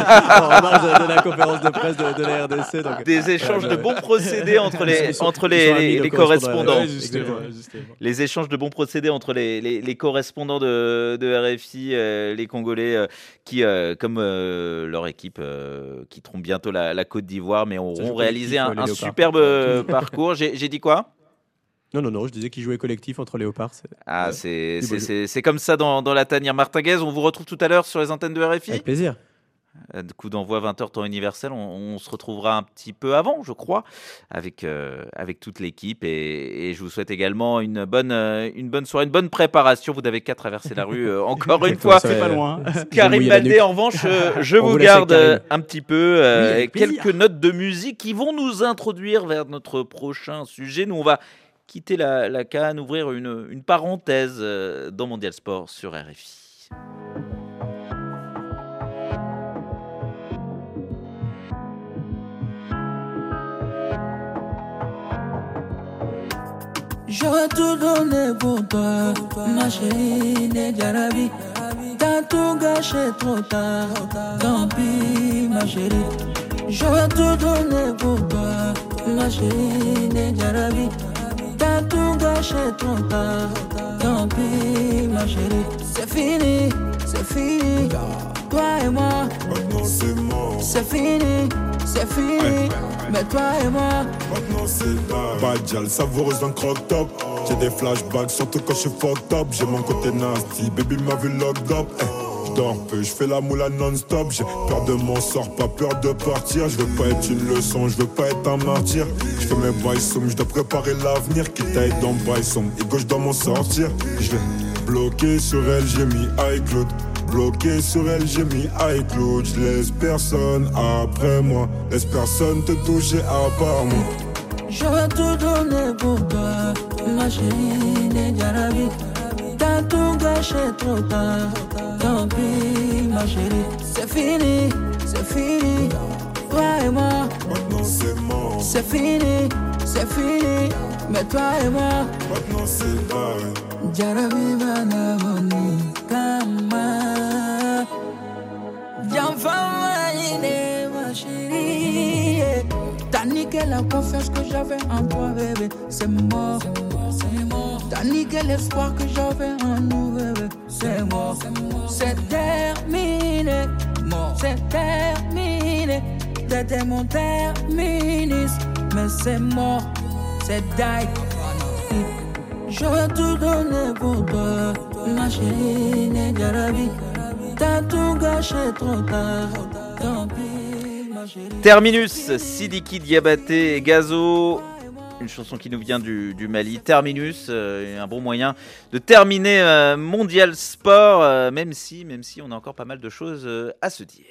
en marge de, de la conférence de presse de, de la R D C. Donc, des échanges euh, de bons procédés entre les, sont, entre les, les, les correspondants. Ouais, justement, justement. Les échanges de bons procédés entre les, les, les correspondants de, de R F I, euh, les Congolais, euh, qui, euh, comme euh, leur équipe, euh, quitteront bientôt la, la Côte d'Ivoire, mais auront réalisé un, un superbe euh, parcours. J'ai, j'ai dit quoi ? Non, non, non, je disais qu'ils jouaient collectif entre Léopards. C'est... Ah, c'est, c'est, c'est, c'est comme ça dans, dans la tanière. Martin Guez, on vous retrouve tout à l'heure sur les antennes de R F I. Avec plaisir. Coup d'envoi vingt heures temps universel, on, on se retrouvera un petit peu avant, je crois, avec, euh, avec toute l'équipe et, et je vous souhaite également une bonne, euh, une bonne soirée, une bonne préparation. Vous n'avez qu'à traverser la rue euh, encore une fois. C'est pas loin. Karim Baldé, en revanche, euh, je vous, vous garde un petit peu euh, oui, quelques notes de musique qui vont nous introduire vers notre prochain sujet. Nous, on va quitter la, la CAN, ouvrir une, une parenthèse euh, dans Mondial Sport sur R F I. J'aurais tout donné pour toi, ma chérie Nedjarabi. T'as tout gâché trop tard. Tant pis, ma chérie. J'aurais tout donné pour toi, ma chérie Nedjarabi. T'as tout gâché trop tard. Tant pis, ma chérie. C'est fini, c'est fini. Toi et moi, maintenant c'est mort. C'est fini, c'est fini. Mais toi et moi, maintenant c'est pas. Badjal, savoureuse d'un croque-top. J'ai des flashbacks, surtout quand je suis fucked up. J'ai mon côté nasty, baby m'a vu locked up. Eh, je dors peu, je fais la moula non-stop. J'ai peur de mon sort, pas peur de partir. Je veux pas être une leçon, je veux pas être un martyr. Je fais mes bails sombres, je dois préparer l'avenir. Quitte à être dans bail sombre, et gauche dois m'en sortir. Je vais bloquer sur elle, j'ai mis iCloud. Bloqué sur elle, j'ai mis iCloud. Je laisse personne après moi. Laisse personne te toucher à part moi. j'aurais tout donné pour toi, ma chérie Nedjarabi. T'as tout gâché trop tard. Tant pis, ma chérie. C'est fini, c'est fini. Toi et moi, maintenant c'est mort. C'est fini, c'est fini. Mais toi et moi, maintenant c'est pareil. Jarabi banamoni kama Jamfama ine ma chérie. T'as niqué la confiance que j'avais en toi, bébé. C'est mort, c'est mort. T'as niqué l'espoir que j'avais en nous, bébé. C'est mort, c'est terminé. C'est terminé. T'étais mon terminus, mais c'est mort, c'est die. J'aurais tout donné pour toi, ma chérie Nedjarabi. T'as tout gâché trop tard. Tant pis, ma chérie. Terminus, Sidiki Diabaté et Gazo. Une chanson qui nous vient du, du Mali. Terminus, euh, un bon moyen de terminer euh, Mondial Sport, euh, même si, même si on a encore pas mal de choses euh, à se dire.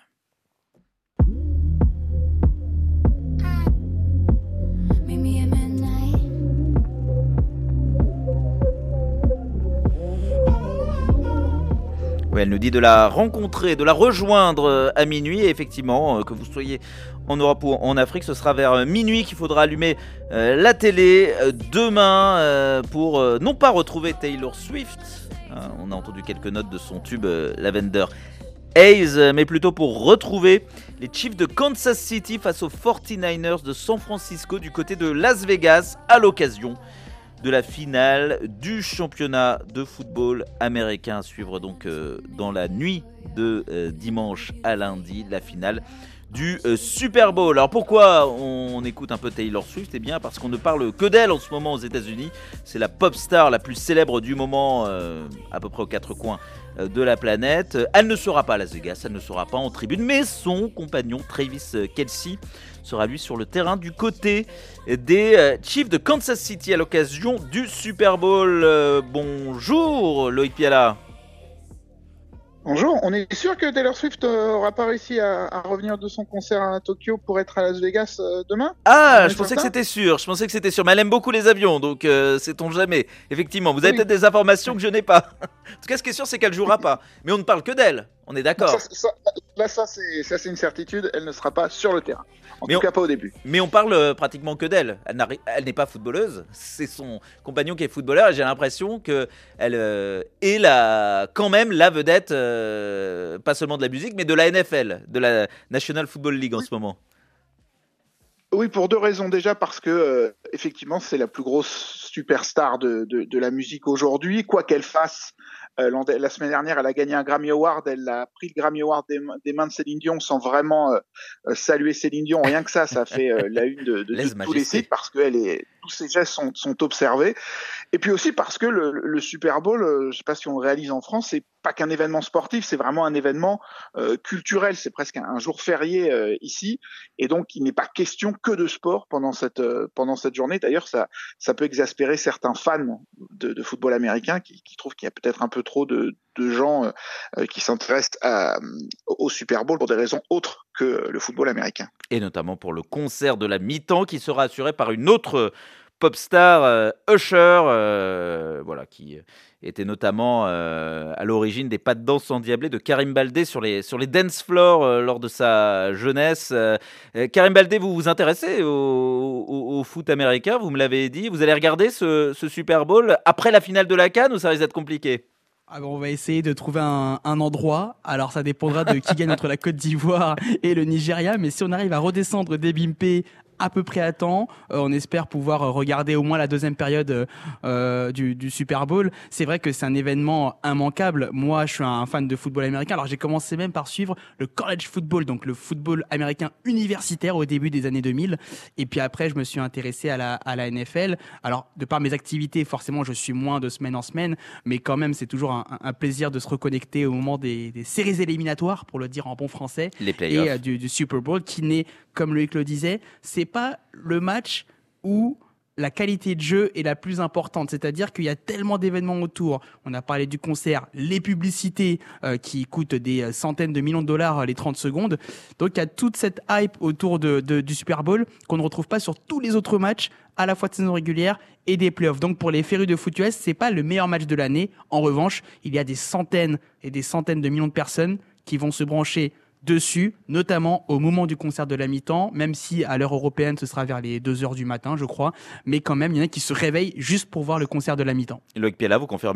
Oui, elle nous dit de la rencontrer, de la rejoindre à minuit. Et effectivement, que vous soyez en Europe ou en Afrique, ce sera vers minuit qu'il faudra allumer euh, la télé euh, demain euh, pour euh, non pas retrouver Taylor Swift. Hein, on a entendu quelques notes de son tube euh, Lavender Haze, mais plutôt pour retrouver les Chiefs de Kansas City face aux forty-niners de San Francisco du côté de Las Vegas à l'occasion de la finale du championnat de football américain, à suivre donc euh, dans la nuit de euh, dimanche à lundi, la finale du euh, Super Bowl. Alors pourquoi on écoute un peu Taylor Swift ? Eh bien parce qu'on ne parle que d'elle en ce moment aux États-Unis. C'est la pop star la plus célèbre du moment, euh, à peu près aux quatre coins euh, de la planète. Elle ne sera pas à Las Vegas, elle ne sera pas en tribune, mais son compagnon Travis Kelce sera lui sur le terrain du côté des euh, Chiefs de Kansas City à l'occasion du Super Bowl. Euh, bonjour Loïc Piala. Bonjour, on est sûr que Taylor Swift n'aura pas réussi à, à revenir de son concert à Tokyo pour être à Las Vegas euh, demain ? Ah, je pensais que c'était sûr, je pensais que c'était sûr, mais elle aime beaucoup les avions, donc euh, sait-on jamais. Effectivement, vous avez oui. peut-être des informations que je n'ai pas. En tout cas, ce qui est sûr, c'est qu'elle ne jouera pas. Mais on ne parle que d'elle, on est d'accord. Ça, ça, là, ça c'est, ça, c'est une certitude, elle ne sera pas sur le terrain. En mais tout on, cas, pas au début. Mais on parle euh, pratiquement que d'elle. Elle, elle n'est pas footballeuse, c'est son compagnon qui est footballeur, et j'ai l'impression qu'elle euh, est la, quand même la vedette, euh, pas seulement de la musique, mais de la N F L, de la National Football League en ce moment. Oui, pour deux raisons. Déjà parce que euh, effectivement, c'est la plus grosse superstar de, de, de la musique aujourd'hui. Quoi qu'elle fasse, euh, la semaine dernière, elle a gagné un Grammy Award. Elle a pris le Grammy Award des, des mains de Céline Dion sans vraiment euh, saluer Céline Dion. Rien que ça, ça fait euh, la une de, de, de tous les sites parce que elle est, tous ses gestes sont, sont observés. Et puis aussi parce que le, le Super Bowl, euh, je ne sais pas si on le réalise en France, c'est pas qu'un événement sportif, c'est vraiment un événement euh, culturel. C'est presque un, un jour férié euh, ici, et donc il n'est pas question que de sport pendant cette euh, pendant cette journée. D'ailleurs, ça ça peut exaspérer certains fans de, de football américain qui, qui trouvent qu'il y a peut-être un peu trop de, de gens euh, qui s'intéressent à, au Super Bowl pour des raisons autres que le football américain. Et notamment pour le concert de la mi-temps qui sera assuré par une autre pop star, euh, Usher, euh, voilà, qui était notamment euh, à l'origine des pas de danse endiablés de Karim Baldé sur les, sur les dance floors euh, lors de sa jeunesse. Euh, Karim Baldé, vous vous intéressez au, au, au foot américain, vous me l'avez dit. Vous allez regarder ce, ce Super Bowl après la finale de la CAN ou ça risque d'être compliqué ? Ah bon, on va essayer de trouver un, un endroit. Alors ça dépendra de qui gagne entre la Côte d'Ivoire et le Nigeria. Mais si on arrive à redescendre des Bimpé à peu près à temps, euh, on espère pouvoir regarder au moins la deuxième période euh, du, du Super Bowl. C'est vrai que c'est un événement immanquable. Moi, je suis un fan de football américain. Alors j'ai commencé même par suivre le college football, donc le football américain universitaire au début des années deux mille. Et puis après, je me suis intéressé à la, à la N F L. Alors de par mes activités, forcément, je suis moins de semaine en semaine, mais quand même, c'est toujours un, un plaisir de se reconnecter au moment des, des séries éliminatoires, pour le dire en bon français, les playoffs. et euh, du, du Super Bowl, qui n'est, comme Loïc le disait, c'est pas le match où la qualité de jeu est la plus importante, c'est-à-dire qu'il y a tellement d'événements autour. On a parlé du concert, les publicités euh, qui coûtent des centaines de millions de dollars euh, les trente secondes. Donc il y a toute cette hype autour de, de, du Super Bowl qu'on ne retrouve pas sur tous les autres matchs, à la fois de saison régulière et des playoffs. Donc pour les férus de foot U S, c'est pas le meilleur match de l'année. En revanche, il y a des centaines et des centaines de millions de personnes qui vont se brancher dessus, notamment au moment du concert de la mi-temps, même si à l'heure européenne ce sera vers les deux heures du matin, je crois, mais quand même il y en a qui se réveillent juste pour voir le concert de la mi-temps. Loïc Piala, vous confirmez ?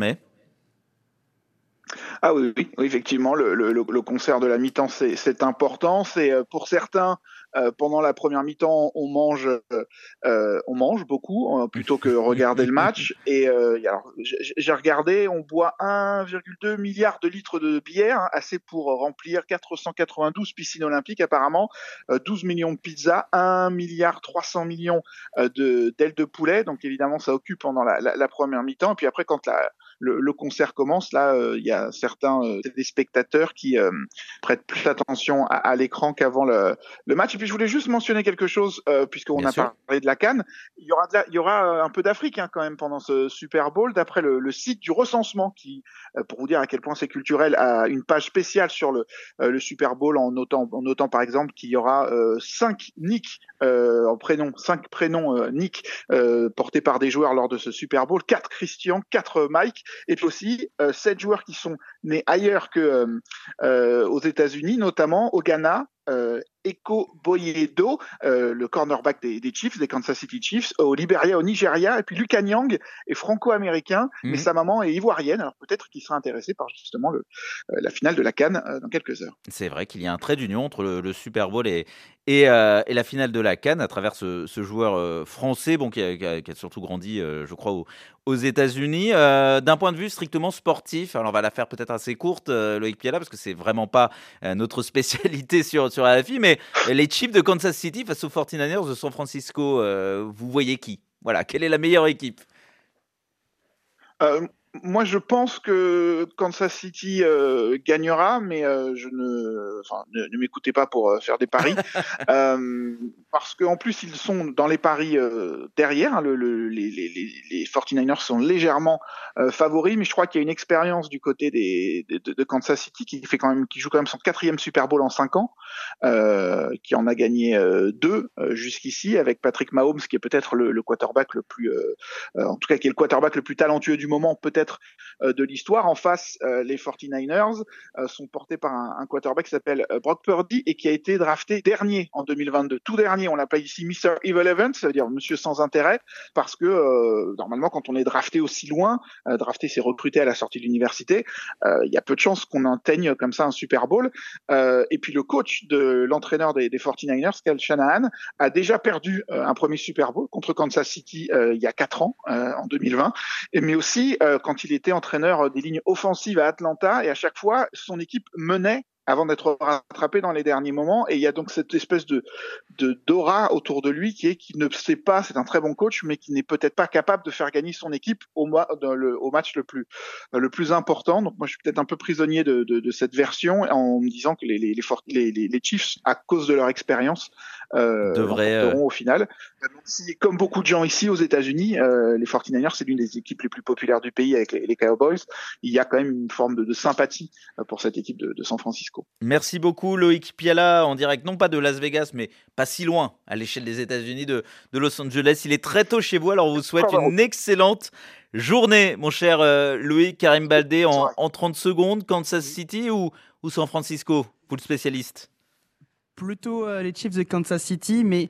Ah oui, oui, oui, effectivement, le, le, le concert de la mi-temps, c'est, c'est important. C'est euh, pour certains, euh, pendant la première mi-temps, on mange, euh, on mange beaucoup euh, plutôt que regarder le match. Et euh, alors, j'ai, j'ai regardé, on boit un virgule deux milliard de litres de bière, hein, assez pour remplir quatre cent quatre-vingt-douze piscines olympiques apparemment, euh, douze millions de pizzas, un milliard trois cents millions euh, de d'ailes de poulet. Donc évidemment, ça occupe pendant la, la, la première mi-temps. Et puis après, quand la Le, le concert commence, là, il euh, y a certains euh, des spectateurs qui euh, prêtent plus attention à, à l'écran qu'avant le, le match. Et puis, je voulais juste mentionner quelque chose, euh, puisqu'on Bien a sûr. parlé de la CAN. Il y aura, de la, il y aura un peu d'Afrique hein, quand même pendant ce Super Bowl, d'après le, le site du recensement, qui, euh, pour vous dire à quel point c'est culturel, a une page spéciale sur le, euh, le Super Bowl, en notant, en notant par exemple qu'il y aura euh, cinq Nick euh, en prénom, cinq prénoms euh, Nick euh, portés par des joueurs lors de ce Super Bowl, quatre Christian, quatre Mike. Et puis aussi euh, sept joueurs qui sont nés ailleurs que euh, euh, aux États-Unis, notamment au Ghana. Euh, Eko Boyedo, euh, le cornerback des, des Chiefs, des Kansas City Chiefs, au Libéria, au Nigeria, et puis Lucas Nyang est franco-américain, mmh. mais sa maman est ivoirienne, alors peut-être qu'il sera intéressé par justement le, euh, la finale de la CAN euh, dans quelques heures. C'est vrai qu'il y a un trait d'union entre le, le Super Bowl et, et, euh, et la finale de la CAN à travers ce, ce joueur euh, français, bon, qui, a, qui, a, qui a surtout grandi, euh, je crois, au, aux États-Unis. Euh, d'un point de vue strictement sportif, alors on va la faire peut-être assez courte, euh, Loïc Piala, parce que c'est vraiment pas euh, notre spécialité sur, sur A F I, mais les Chiefs de Kansas City face aux forty-niners de San Francisco, euh, vous voyez qui ? Voilà, quelle est la meilleure équipe ? euh, Moi, je pense que Kansas City euh, gagnera, mais euh, je ne, enfin, ne, ne m'écoutez pas pour euh, faire des paris, euh, parce qu'en plus ils sont dans les paris euh, derrière. Hein, le, le, les, les, les forty-niners sont légèrement euh, favoris, mais je crois qu'il y a une expérience du côté des, de, de Kansas City qui fait quand même, qui joue quand même son quatrième Super Bowl en cinq ans, euh, qui en a gagné euh, deux euh, jusqu'ici, avec Patrick Mahomes, qui est peut-être le, le quarterback le plus, euh, euh, en tout cas qui est le quarterback le plus talentueux du moment, peut-être de l'histoire. En face, euh, les forty-niners euh, sont portés par un, un quarterback qui s'appelle euh, Brock Purdy et qui a été drafté dernier en deux mille vingt-deux. Tout dernier, on l'appelle ici mister Irrelevant, ça veut dire monsieur sans intérêt, parce que euh, normalement, quand on est drafté aussi loin, euh, drafté c'est recruté à la sortie de l'université, il euh, y a peu de chances qu'on atteigne comme ça un Super Bowl. Euh, et puis le coach de l'entraîneur des, des forty-niners, Kyle Shanahan, a déjà perdu euh, un premier Super Bowl contre Kansas City euh, il y a quatre ans, euh, en deux mille vingt, et, mais aussi euh, quand il était entraîneur des lignes offensives à Atlanta, et à chaque fois, son équipe menait avant d'être rattrapé dans les derniers moments, et il y a donc cette espèce de, de d'aura autour de lui qui est qu'il ne sait pas, c'est un très bon coach, mais qui n'est peut-être pas capable de faire gagner son équipe au, dans le, au match le plus le plus important. Donc moi je suis peut-être un peu prisonnier de, de, de cette version, en me disant que les les, les, les, les Chiefs, à cause de leur expérience, euh, devraient euh... au final. Si, comme beaucoup de gens ici aux États-Unis, euh, les forty-niners, c'est l'une des équipes les plus populaires du pays avec les, les Cowboys. Il y a quand même une forme de, de sympathie pour cette équipe de, de San Francisco. Merci beaucoup Loïc Piala, en direct non pas de Las Vegas, mais pas si loin à l'échelle des États-Unis, de, de Los Angeles. Il est très tôt chez vous, alors on vous souhaite une excellente journée, mon cher euh, Loïc. Karim Baldé, en, en trente secondes, Kansas City ou, ou San Francisco, vous le spécialiste ? Plutôt euh, les Chiefs de Kansas City, mais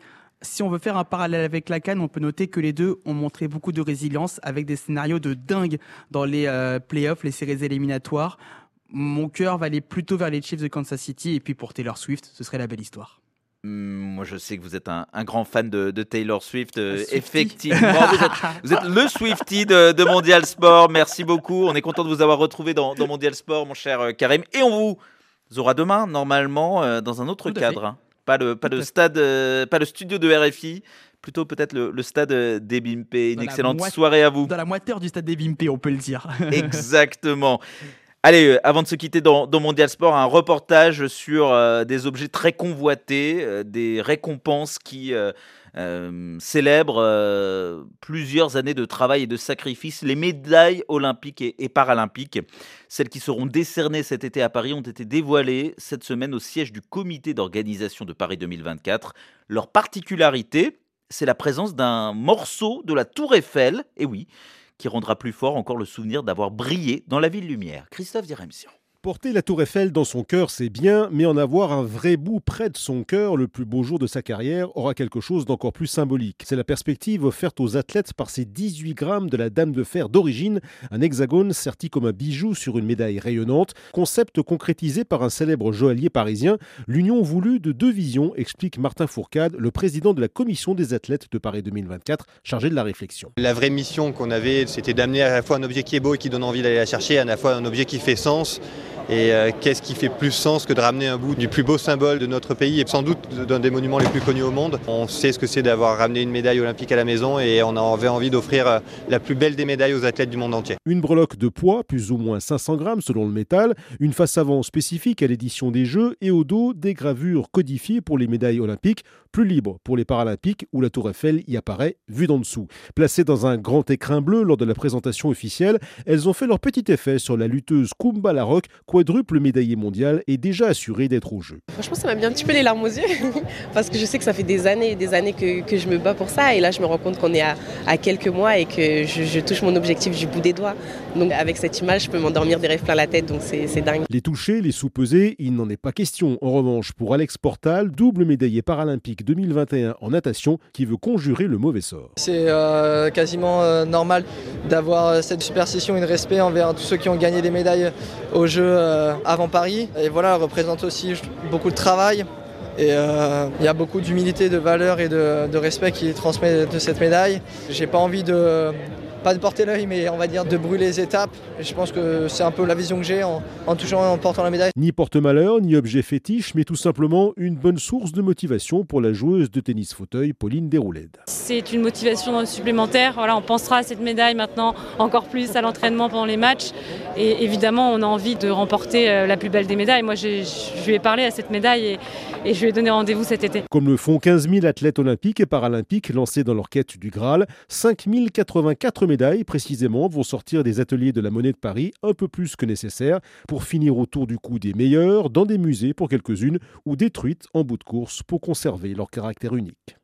Si on veut faire un parallèle avec la CAN, on peut noter que les deux ont montré beaucoup de résilience avec des scénarios de dingue dans les euh, playoffs, les séries éliminatoires. Mon cœur va aller plutôt vers les Chiefs de Kansas City et puis pour Taylor Swift, ce serait la belle histoire. Moi, je sais que vous êtes un, un grand fan de, de Taylor Swift. Euh, effectivement, vous êtes, vous êtes le Swiftie de, de Mondial Sport. Merci beaucoup. On est content de vous avoir retrouvé dans, dans Mondial Sport, mon cher euh, Karim. Et on vous aura demain, normalement, euh, dans un autre cadre. Hein. Pas le, pas le stade, euh, pas le studio de R F I. Plutôt peut-être le, le stade des B I M P. Une dans excellente moite- soirée à vous. Dans la moiteur du stade des B I M P, on peut le dire. Exactement. Allez, euh, avant de se quitter dans, dans Mondial Sport, un reportage sur euh, des objets très convoités, euh, des récompenses qui euh, euh, célèbrent euh, plusieurs années de travail et de sacrifice. Les médailles olympiques et, et paralympiques, celles qui seront décernées cet été à Paris, ont été dévoilées cette semaine au siège du comité d'organisation de Paris deux mille vingt-quatre. Leur particularité, c'est la présence d'un morceau de la Tour Eiffel, et oui, qui rendra plus fort encore le souvenir d'avoir brillé dans la ville lumière. Christophe Diremsian. Porter la Tour Eiffel dans son cœur, c'est bien, mais en avoir un vrai bout près de son cœur, le plus beau jour de sa carrière, aura quelque chose d'encore plus symbolique. C'est la perspective offerte aux athlètes par ces dix-huit grammes de la Dame de Fer d'origine, un hexagone serti comme un bijou sur une médaille rayonnante, concept concrétisé par un célèbre joaillier parisien. L'union voulue de deux visions, explique Martin Fourcade, le président de la commission des athlètes de Paris deux mille vingt-quatre, chargé de la réflexion. La vraie mission qu'on avait, c'était d'amener à la fois un objet qui est beau et qui donne envie d'aller la chercher, à la fois un objet qui fait sens. Et euh, qu'est-ce qui fait plus sens que de ramener un bout du plus beau symbole de notre pays et sans doute d'un des monuments les plus connus au monde. On sait ce que c'est d'avoir ramené une médaille olympique à la maison et on avait envie d'offrir la plus belle des médailles aux athlètes du monde entier. Une breloque de poids, plus ou moins cinq cents grammes selon le métal, une face avant spécifique à l'édition des Jeux et au dos des gravures codifiées pour les médailles olympiques, plus libres pour les paralympiques où la Tour Eiffel y apparaît vue d'en dessous. Placées dans un grand écrin bleu lors de la présentation officielle, elles ont fait leur petit effet sur la lutteuse Kumba Larocque, quadruple médaillée mondiale et déjà assurée d'être au jeu. Franchement, ça m'a mis un petit peu les larmes aux yeux parce que je sais que ça fait des années et des années que, que je me bats pour ça et là je me rends compte qu'on est à, à quelques mois et que je, je touche mon objectif du bout des doigts. Donc avec cette image, je peux m'endormir des rêves plein la tête, donc c'est, c'est dingue. Les toucher, les sous-peser, il n'en est pas question. En revanche, pour Alex Portal, double médaillé paralympique deux mille vingt et un en natation, qui veut conjurer le mauvais sort. C'est euh, quasiment euh, normal d'avoir cette superstition et de respect envers tous ceux qui ont gagné des médailles aux Jeux euh, avant Paris. Et voilà, elle représente aussi beaucoup de travail. Et euh, il y a beaucoup d'humilité, de valeur et de, de respect qui transmet de cette médaille. J'ai pas envie de, pas de porter l'œil, mais on va dire de brûler les étapes. Et je pense que c'est un peu la vision que j'ai en, en touchant, en portant la médaille. Ni porte-malheur, ni objet fétiche, mais tout simplement une bonne source de motivation pour la joueuse de tennis fauteuil Pauline Déroulède. C'est une motivation supplémentaire. Voilà, on pensera à cette médaille maintenant encore plus à l'entraînement pendant les matchs. Et évidemment, on a envie de remporter la plus belle des médailles. Moi, j'ai, je lui ai parlé à cette médaille et, et je lui ai donné rendez-vous cet été. Comme le font quinze mille athlètes olympiques et paralympiques lancés dans leur quête du Graal, cinq mille quatre-vingt-quatre médailles précisément vont sortir des ateliers de la Monnaie de Paris un peu plus que nécessaire pour finir autour du cou des meilleurs, dans des musées pour quelques-unes ou détruites en bout de course pour conserver leur caractère unique.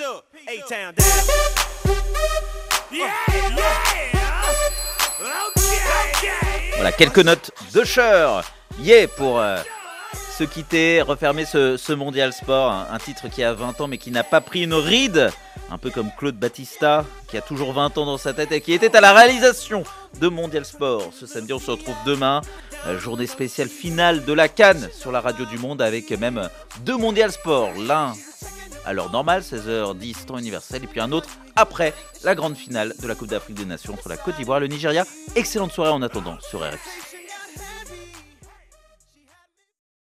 Voilà, quelques notes de Cher. Yeah, pour euh, se quitter, refermer ce, ce Mondial Sport, un, un titre qui a vingt ans mais qui n'a pas pris une ride, un peu comme Claude Battista, qui a toujours vingt ans dans sa tête et qui était à la réalisation de Mondial Sport. Ce samedi, on se retrouve demain, euh, journée spéciale finale de la CAN sur la radio du Monde avec même deux Mondial Sport, l'un à l'heure normale, seize heures dix, temps universel, et puis un autre après la grande finale de la Coupe d'Afrique des Nations entre la Côte d'Ivoire et le Nigeria. Excellente soirée en attendant sur R F I.